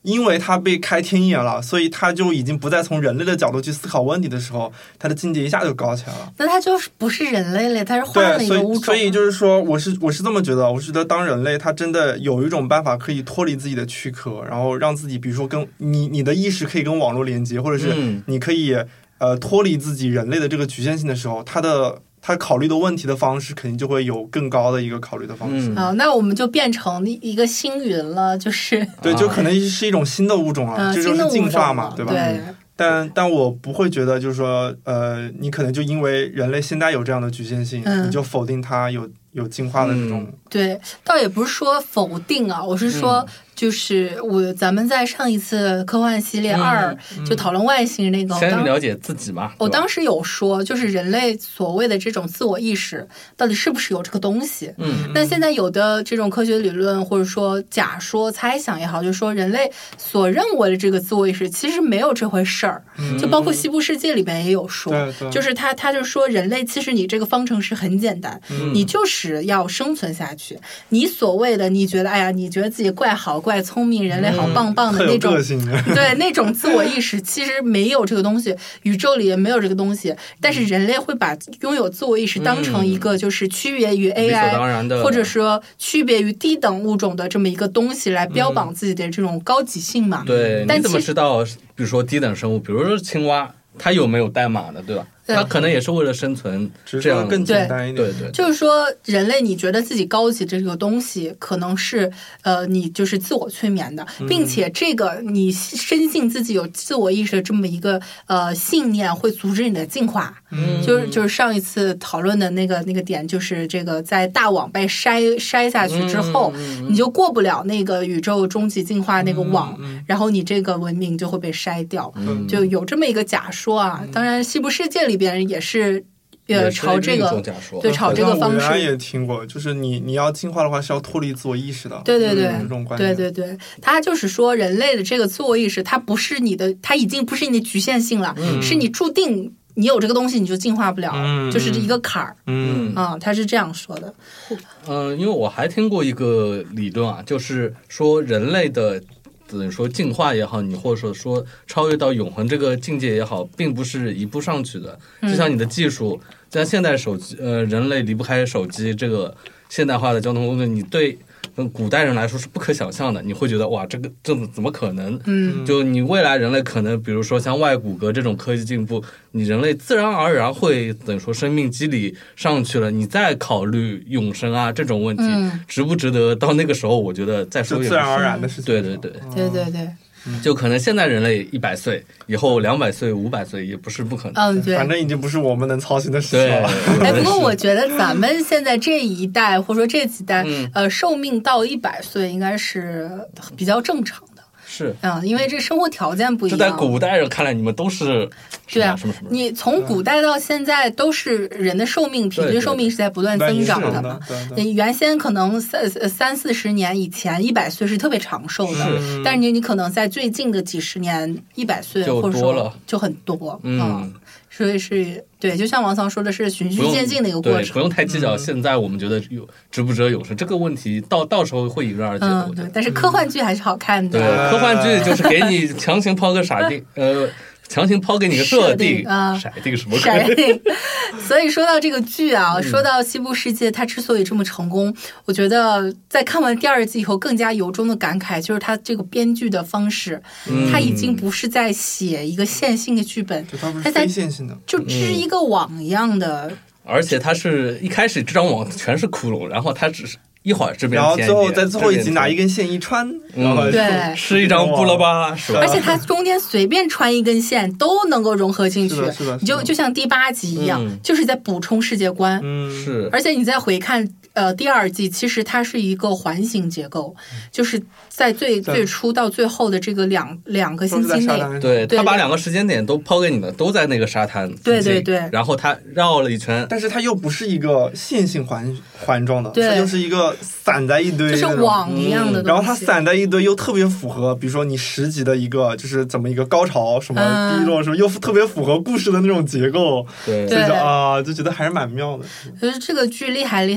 因为他被开天眼了，所以他就已经不再从人类的角度去思考问题的时候，他的境界一下就高起来了。 那他就是不是人类了，他是换了一个物种。 所以，所以就是说，我是我是这么觉得，我是觉得当人类他真的有一种办法可以脱离自己的躯壳，然后让自己，比如说跟你你的意识可以跟网络连接，或者是你可以、嗯、呃脱离自己人类的这个局限性的时候，他的。他考虑的问题的方式肯定就会有更高的一个考虑的方式。 好、嗯，那我们就变成一个星云了，就是对，就可能是一种新的物种了，啊、这就是进化嘛，对吧？ 对。 但但我不会觉得，就是说，呃，你可能就因为人类现在有这样的局限性，嗯、你就否定它有有进化的这种、嗯。 对，倒也不是说否定啊，我是说。嗯就是我，咱们在上一次科幻系列二、嗯、就讨论外星人那个， 先了解自己嘛。 我当时有说，就是人类所谓的这种自我意识，到底是不是有这个东西？嗯，那现在有的这种科学理论或者说假说、猜想也好，就是说人类所认为的这个自我意识，其实没有这回事儿。嗯、就包括西部世界里边也有说， 嗯、 就是他他就说人类其实你这个方程式很简单，嗯、你就是要生存下去。你所谓的你觉得哎呀，你觉得自己怪好怪。怪聪明，人类好棒棒的那种， 嗯、 对那种自我意识，其实没有这个东西，宇宙里也没有这个东西。但是人类会把拥有自我意识当成一个就是区别于 A I，、嗯、或者说区别于低等物种的这么一个东西来标榜自己的这种高级性嘛。 嗯、对，但你怎么知道？比如说低等生物，比如说青蛙，它有没有代码的，对吧？它可能也是为了生存，这样更简单一点。 对 对, 对， 就是说，人类你觉得自己高级这个东西，可能是呃，你就是自我催眠的，并且这个你深信自己有自我意识的这么一个呃信念，会阻止你的进化。嗯，就是就是上一次讨论的那个那个点，就是这个在大网被筛筛下去之后，嗯、你就过不了那个宇宙终极进化那个网，嗯、然后你这个文明就会被筛掉，嗯、就有这么一个假说啊。当然，西部世界里。别人也是，呃，朝这个对朝这个方式。 我也听过，就是你你要进化的话是要脱离自我意识的。 对对对， 这种观点。 对对对，他就是说人类的这个自我意识，它不是你的，它已经不是你的局限性了，嗯、是你注定你有这个东西你就进化不了，嗯、就是一个坎儿。嗯啊，他是这样说的。 嗯、呃，因为我还听过一个理论啊，就是说人类的。等于说进化也好，你或者说说超越到永恒这个境界也好，并不是一步上去的。就像你的技术，像现代手机，呃，人类离不开手机这个现代化的交通工具，你对古代人来说是不可想象的。你会觉得哇，这个这怎么可能？嗯，就你未来人类可能，比如说像外骨骼这种科技进步，你人类自然而然会等于说生命机理上去了，你再考虑永生啊这种问题，嗯、值不值得？到那个时候，我觉得再说也自然而然的事情。 对对对， 对对对。 就可能现在人类一百岁，以后两百岁、五百岁也不是不可能。 嗯，对， 反正已经不是我们能操心的事情了。 哎，不过我觉得咱们现在这一代或者说这几代，嗯、呃，寿命到一百岁应该是比较正常的。 是啊、嗯，因为这生活条件不一样。 就在古代人看来，你们都是对啊， 什么什么？ 你从古代到现在，都是人的寿命平均寿命是在不断增长的嘛。你原先可能三三四十年以前，一百岁是特别长寿的，是但是你你可能在最近的几十年，一百岁或者说就很多，嗯。嗯所以是对，就像王桑说的是循序渐进的一个过程， 不用太计较。现在我们觉得有值不值得永生这个问题，到到时候会迎刃而解的。 嗯，对。但是科幻剧还是好看的。 对，科幻剧就是给你强行抛个傻定，呃。强行抛给你个设定啊， 骰定什么骰定？所以说到这个剧啊，嗯、说到西部世界，它之所以这么成功，我觉得在看完第二季以后，更加由衷的感慨，就是它这个编剧的方式，嗯、它已经不是在写一个线性的剧本， 它在线性的， 就织一个网一样的。嗯、 而且它是一开始这张网全是窟窿，然后它只是。一会儿这边， 然后最后在最后一集拿一根线一穿， 嗯、 然后对， 是一张布了吧？是吧？ 而且它中间随便穿一根线都能够融合进去， 是的，是的， 你就就像第八集一样，嗯、就是在补充世界观。 嗯，是。 而且你再回看呃第二季，其实它是一个环形结构，就是在最最初到最后的这个两两个星期内， 对，他把两个时间点都抛给你的，都在那个沙滩。 对对对。 然后他绕了一圈， 但是它又不是一个线性环环状的，它就是一个。散在一堆， 就是网一样的东西、 嗯，然后它散在一堆又特别符合，比如说你十集的一个就是怎么一个高潮什么低落什么，嗯、又特别符合故事的那种结构， 对， 所以就啊就觉得还是蛮妙的。 可是这个剧厉害厉害就在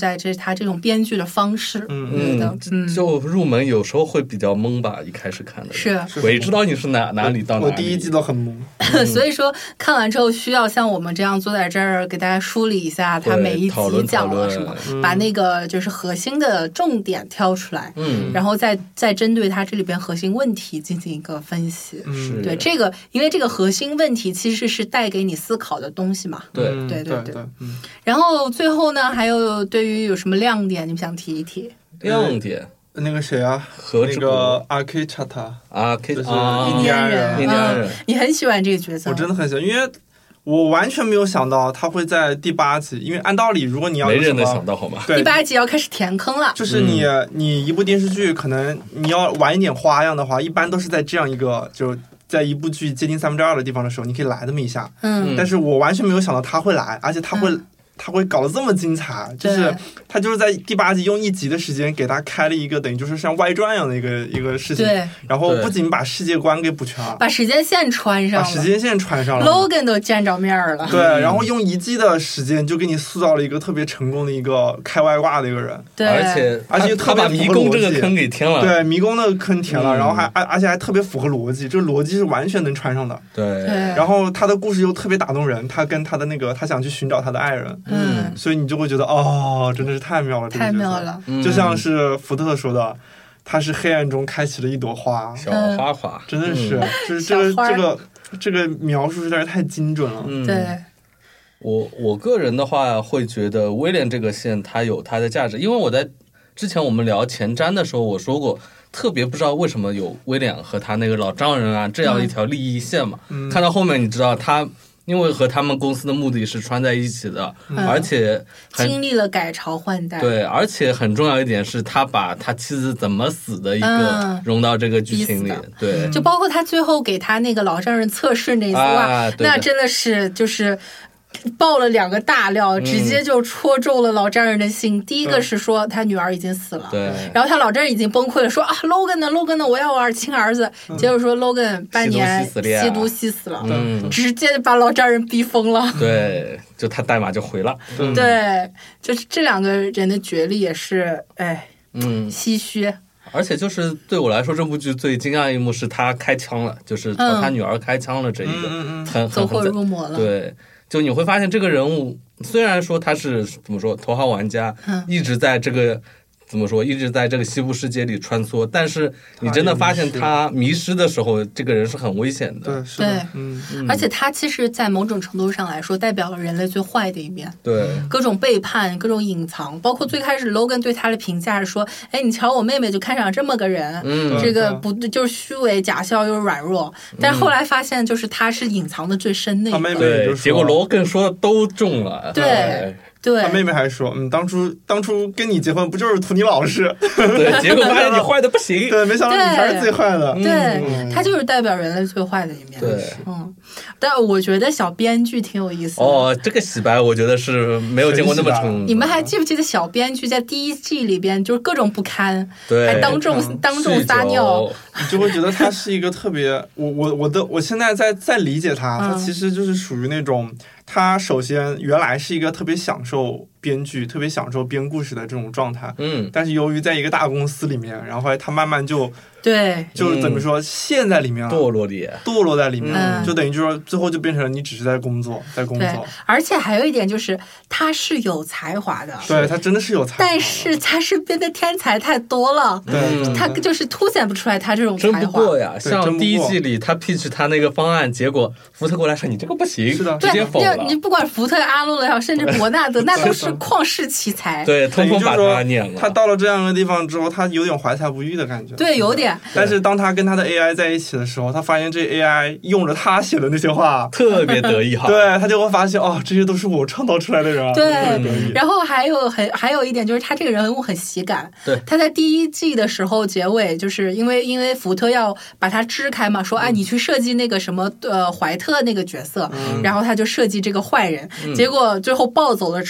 在这他这种编剧的方式。 嗯嗯，就入门有时候会比较懵吧，一开始看的是， 鬼知道你是哪哪里到哪里。 我第一季都很懵， 嗯、所以说看完之后需要像我们这样坐在这儿给大家梳理一下，他每一集讲了什么，把那个就是核心的重点挑出来，嗯，然后再再针对他这里边核心问题进行一个分析。 嗯， 对这个，因为这个核心问题其实是带给你思考的东西嘛。 对对对对对。嗯。 然后最后呢，还有对于有什么亮点，你们想提一提？ 亮点。 那个谁啊，那个阿 K 查塔， 阿 K 就是印第安人， 印第安人、嗯， 你很喜欢这个角色？ 我真的很喜欢，因为我完全没有想到他会在第八集，因为按道理如果你要没人能想到好吗？ 第八集要开始填坑了， 就是你、嗯、你一部电视剧可能你要玩一点花样的话，一般都是在这样一个就。在一部剧接近三分之二的地方的时候，你可以来这么一下，嗯，但是我完全没有想到他会来，而且他会。嗯他会搞得这么精彩，就是他就是在第八集用一集的时间给他开了一个等于就是像外传一样的一个一个事情， 对， 然后不仅把世界观给补全了， 把时间线穿上了， 把时间线穿上了 ，Logan 都见着面了， 对，然后用一季的时间就给你塑造了一个特别成功的一个开外挂的一个人， 对， 而且而且特别把迷宫这个坑给填了， 对，迷宫的坑填了，嗯、然后还而而且还特别符合逻辑，这个逻辑是完全能穿上的， 对， 然后他的故事又特别打动人，他跟他的那个他想去寻找他的爱人，嗯，所以你。你就会觉得哦，真的是太妙了， 太妙了！ 就像是福特说的，他是黑暗中开启了一朵花， 小花花， 真的是，嗯、就是这个这个这个描述实在是太精准了。 嗯、对， 我我个人的话会觉得威廉这个线它有它的价值，因为我在之前我们聊前瞻的时候我说过，特别不知道为什么有威廉和他那个老丈人啊这样一条利益线嘛，嗯、看到后面你知道他。因为和他们公司的目的是穿在一起的，嗯、而且经历了改朝换代。 对，而且很重要一点是他把他妻子怎么死的一个融到这个剧情里。嗯、对， 就包括他最后给他那个老丈人测试那次， 啊、 哇，那真的是就是。爆了两个大料，直接就戳中了老丈人的心。嗯、第一个是说他女儿已经死了， 对， 然后他老丈人已经崩溃了，说啊 ，Logan 呢 ，Logan 呢，我要我亲儿子。嗯、结果说 Logan 半年吸毒吸死了， 嗯， 直接把老丈人逼疯了。 对，就他代码就回了。 嗯、对，就是这两个人的角力也是，哎， 嗯， 唏嘘。 而且就是对我来说，这部剧最惊讶一幕是他开枪了，就是朝他女儿开枪了这一个， 嗯、 很走火入魔了。 对。就你会发现这个人物虽然说他是怎么说头号玩家，嗯、一直在这个怎么说一直在这个西部世界里穿梭，但是你真的发现他迷失的时候，这个人是很危险的。 对，是的， 对， 嗯， 而且他其实在某种程度上来说，代表了人类最坏的一面。 对， 各种背叛，各种隐藏，包括最开始 Logan 对他的评价是说：“哎，你瞧我妹妹就看上这么个人， 嗯， 这个不就是虚伪、假笑又软弱。”但是后来发现，就是他是隐藏的最深的一个。 他妹妹就结果 Logan 说的都中了。 对。对对， 他妹妹还说：“嗯，当初当初跟你结婚不就是图你老实？ 对，结果发现你坏的不行。 对，没想到你才是最坏的。 对，嗯、他就是代表人类最坏的一面。 对， 嗯。但我觉得小编剧挺有意思的。 哦，这个洗白我觉得是没有见过那么成。 你们还记不记得小编剧在第一季里边就是各种不堪， 对， 还当众、嗯、当众撒尿， 你就会觉得他是一个特别……我我我的我现在在在理解他，他其实就是属于那种。他首先原来是一个特别享受编剧、特别享受编故事的这种状态， 嗯， 但是由于在一个大公司里面，然后他慢慢就对， 就怎么说，陷在里面了， 堕落里， 堕落在里面， 嗯、 就等于就是说，最后就变成了你只是在工作，在工作。 而且还有一点就是，他是有才华的， 对他真的是有才华， 但是他身边的天才太多了， 对、嗯， 他就是凸显不出来他这种才华。 真不过呀，像第一季里他 pitch 他那个方案，结果福特过来说你这个不行， 是的， 直接否了。 你不管福特、阿洛了，甚至伯纳德，那都是旷世奇才。 对，通通把他撵了。 他到了这样的地方之后，他有点怀才不遇的感觉。 对，有点。 但是当他跟他的 A I 在一起的时候，他发现这 A I 用着他写的那些话， 特别得意哈。 对，他就会发现哦，这些都是我创造出来的人。 对，然后还有很还有一点就是他这个人物很喜感。 对， 他在第一季的时候结尾，就是因为因为福特要把他支开嘛，说哎，你去设计那个什么呃怀特那个角色， 嗯、 然后他就设计这个坏人， 嗯、 结果最后暴走的时候，他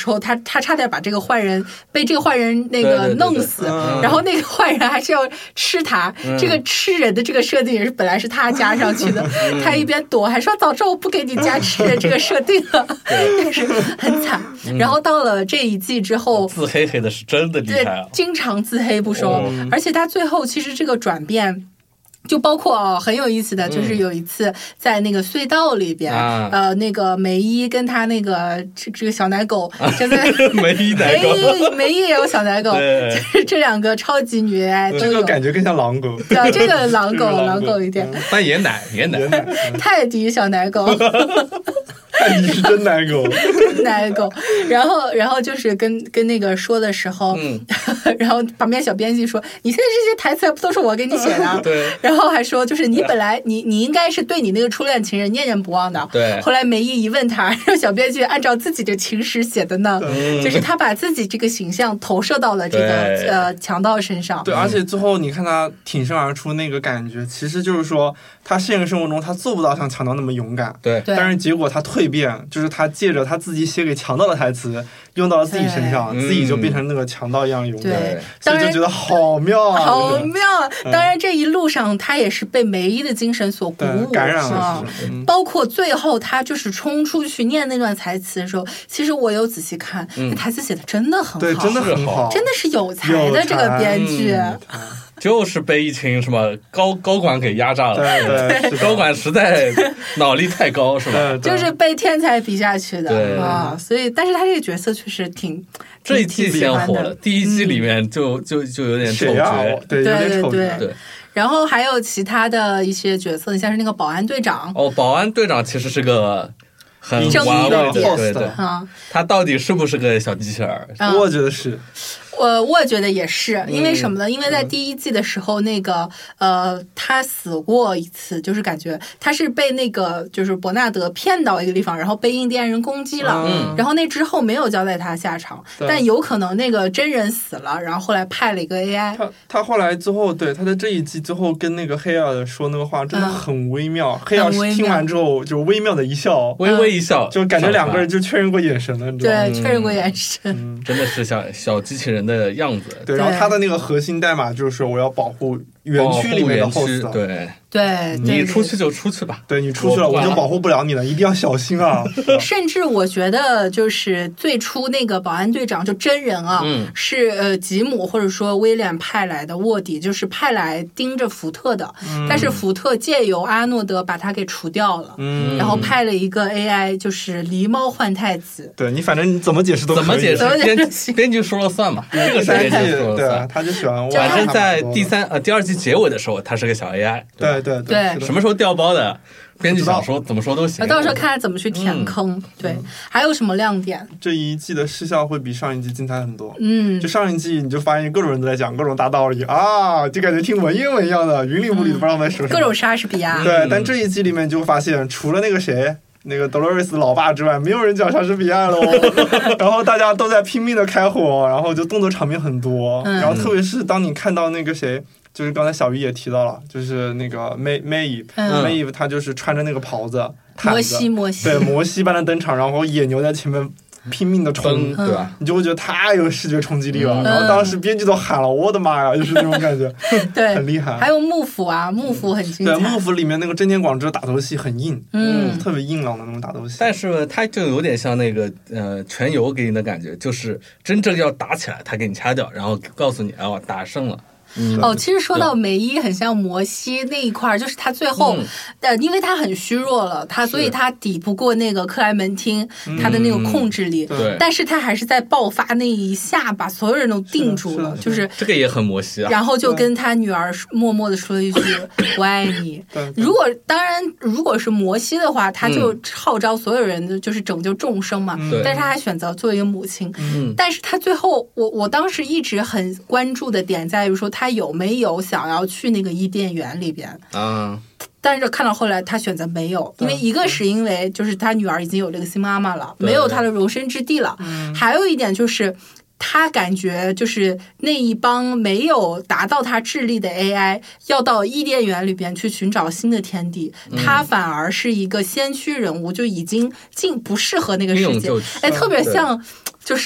他差点把这个坏人被这个坏人那个弄死， 对对对对然后那个坏人还是要吃他，嗯、这个吃人的这个设定也是本来是他加上去的，嗯、他一边躲还说早知道我不给你加吃人这个设定了，但是很惨。嗯、然后到了这一季之后， 自黑黑的是真的厉害啊， 经常自黑不说，嗯、而且他最后其实这个转变。就包括哦，很有意思的，就是有一次在那个隧道里边，嗯、呃，那个梅姨跟他那个这这个小奶狗，就在梅姨奶狗， 梅姨梅姨也有小奶狗，就是这两个超级女爱都有。 这个感觉更像狼狗， 对，这个狼狗狼狗一点， 但也奶也奶， 泰迪小奶狗。 你是真奶狗， 奶狗。然后，然后就是跟跟那个说的时候，嗯、然后旁边小编辑说：“你现在这些台词不都是我给你写的？” 对。 然后还说，就是你本来你你应该是对你那个初恋情人念念不忘的。 对。 后来梅姨一问他，让小编辑按照自己的情史写的呢，嗯、就是他把自己这个形象投射到了这个呃强盗身上。 对，而且最后你看他挺身而出那个感觉，其实就是说他现实生活中他做不到像强盗那么勇敢。 对。 但是结果他蜕变，就是他借着他自己写给强盗的台词用到了自己身上，自己就变成那个强盗一样勇敢。对，所以就觉得好妙啊， 好妙啊！当然这一路上他也是被梅姨的精神所鼓舞， 感染了。 嗯、包括最后他就是冲出去念那段台词的时候，其实我有仔细看，嗯、台词写的真的很好， 对，真的很好， 真的是有才的这个编剧。嗯就是被一群什么高高管给压榨了， 对对， 高管实在脑力太高，是吧？ 就是被天才比下去的啊，所以，但是他这个角色确实挺这一季先火了，第一季里面就就就有点丑角， 对对对对。 然后还有其他的一些角色，像是那个保安队长。 哦，保安队长其实是个很娃娃的， 对对啊，他到底是不是个小机器人？ 我觉得是。 我我觉得也是，因为什么呢？因为在第一季的时候，那个呃，他死过一次，就是感觉他是被那个就是伯纳德骗到一个地方，然后被印第安人攻击了，嗯、然后那之后没有交代他下场，但有可能那个真人死了，然后后来派了一个 A I。 他他后来之后，对他在这一季最后跟那个黑尔说那个话，真的很微妙。嗯、黑尔听完之后就微妙的一笑， 微微一笑， 就感觉两个人就确认过眼神了，你知道吗？ 对，确认过眼神， 嗯、真的是像小机器人的样子。 对，然后他的那个核心代码就是我要保护园区里面的 host， 对对， 你出去就出去吧， 对你出去了我就保护不了你了，一定要小心啊！ 甚至我觉得就是最初那个保安队长就真人啊，嗯、是呃吉姆或者说威廉派来的卧底，就是派来盯着福特的，嗯、但是福特借由阿诺德把他给除掉了，嗯、然后派了一个 A I， 就是狸猫换太子。 对你反正你怎么解释都可以， 怎么解释编编剧说了算嘛，这个是编剧说了算， 对，他就喜欢。 反正在第三呃第二季结尾的时候，他是个小 A I， 对对对， 什么时候调包的？编剧想说怎么说都行， 到时候看他怎么去填坑。嗯、对，嗯、还有什么亮点？ 这一季的视效会比上一季精彩很多。嗯，就上一季你就发现各种人都在讲各种大道理啊，就感觉听文言文一样的，云里雾里都不知道在说什么。 各种莎士比亚。 对，但这一季里面就发现，除了那个谁。那个 Dolores 老爸之外，没有人讲莎士比亚喽。然后大家都在拼命的开火，然后就动作场面很多。嗯、然后特别是当你看到那个谁，就是刚才小鱼也提到了，就是那个 May May May，他就是穿着那个袍子， 摩西摩西， 对，摩西般的登场，然后野牛在前面。拼命的冲， 对吧？ 你就会觉得太有视觉冲击力了。嗯、然后当时编剧都喊了：“我的妈呀！”就是那种感觉， 对， 很厉害。 还有幕府啊，幕府很精彩。 对，幕府里面那个真田广之打斗戏很硬，嗯，特别硬朗的那种打斗戏。 但是它就有点像那个呃全游给你的感觉，就是真正要打起来，他给你掐掉，然后告诉你哦打胜了。 嗯、哦，其实说到梅伊很像摩西那一块，就是他最后，嗯、呃，因为他很虚弱了，他所以他抵不过那个克莱门汀他的那个控制力， 嗯、 但是他还是在爆发那一下把所有人都定住了，是就是这个也很摩西啊。 然后就跟他女儿默默的说了一句“我爱你”。如果当然如果是摩西的话，他就号召所有人就是拯救众生嘛， 嗯、 但是他还选择做一个母亲。 嗯、 但是他最后，我我当时一直很关注的点在于说他有没有想要去那个伊甸园里边啊？ 但是看到后来他选择没有，因为一个是因为就是他女儿已经有这个新妈妈了，没有他的容身之地了。还有一点就是他感觉就是那一帮没有达到他智力的 A I 要到伊甸园里边去寻找新的天地，嗯、他反而是一个先驱人物，就已经进不适合那个世界。哎，特别像就是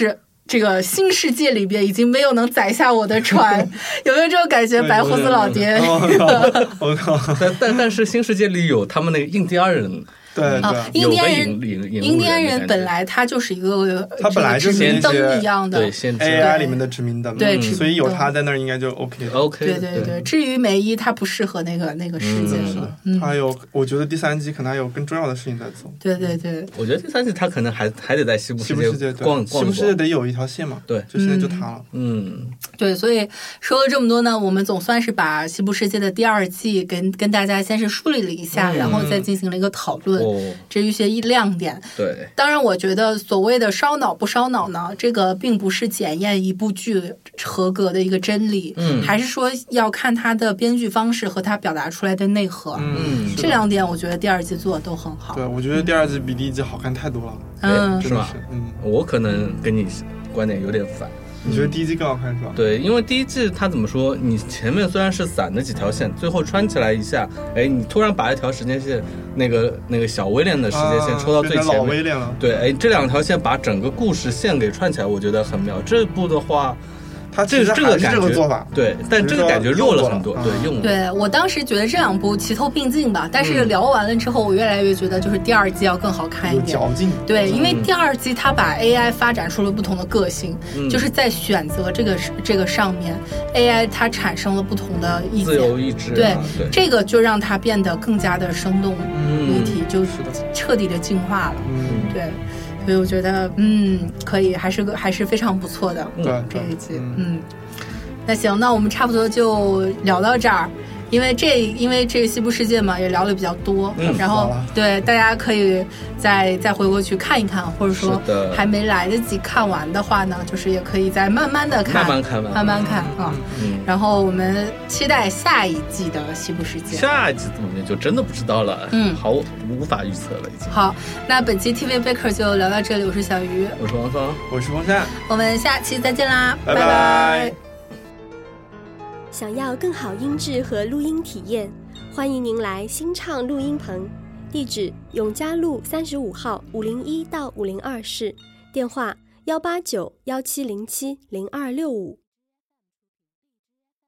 这个新世界里边已经没有能载下我的船，有没有这种感觉？白胡子老爹， 我靠！ 但但但是新世界里有他们那个印第安人。 对对、 啊，印第安人，印第安人本来他就是一个， 他本来就是殖民灯一样的， 对 A I 里面的殖民灯， 对， 所以有他在那儿应该就 OK OK。 对对对，至于梅伊，他不适合那个那个世界了。 嗯，他有，我觉得第三季可能还有更重要的事情在做。 对对对， 我觉得第三季他可能还还得在西部世界逛逛， 西部世界得有一条线嘛。 对， 就现在就他了。 嗯， 对，所以说了这么多呢，我们总算是把西部世界的第二季跟跟大家先是梳理了一下，然后再进行了一个讨论。至于一亮点， 对， 当然我觉得所谓的烧脑不烧脑呢，这个并不是检验一部剧合格的一个真理， 嗯， 还是说要看它的编剧方式和它表达出来的内核， 嗯， 这两点我觉得第二季做的都很好。 对，我觉得第二季比第一季好看太多了， 嗯， 是吧？ 嗯， 我可能跟你观点有点反。 你觉得第一季更好看是吧？ 对，因为第一季它怎么说？你前面虽然是散的几条线，最后穿起来一下，哎，你突然把一条时间线，那个那个小威廉的时间线抽到最前面， 啊、老威廉了。 对，哎，这两条线把整个故事线给串起来，我觉得很妙。这部的话。 他这这个感觉做法对，但这个感觉弱了很多，对，用了。 对，我当时觉得这两部齐头并进吧，但是聊完了之后，我越来越觉得就是第二季要更好看一点， 有嚼劲。 对，因为第二季它把 A I 发展出了不同的个性， 嗯、 就是在选择这个这个上面 ，A I 它产生了不同的意见， 自由意志、啊对， 对， 这个就让它变得更加的生动立体， 嗯、 就是彻底的进化了。 嗯， 对。所以我觉得，嗯，可以，还是个还是非常不错的， 对这一季， 嗯。 嗯那行，那我们差不多就聊到这儿，因为这因为这个西部世界嘛，也聊的比较多， 嗯、 然后对大家可以再再回过去看一看，或者说还没来得及看完的话呢，就是也可以再慢慢的看， 慢慢看， 慢慢看啊。 嗯， 然后我们期待下一季的西部世界。 下一季我们就真的不知道了， 嗯， 好无法预测了已经。 好，那本期 T V Baker 就聊到这里，我是小鱼， 我是王芳， 我是风扇， 我们下期再见啦， 拜拜。 拜拜。 想要更好音质和录音体验，欢迎您来新唱录音棚，地址永嘉路三十五号五零一到五零二室，电话幺八九幺七零七零二六五。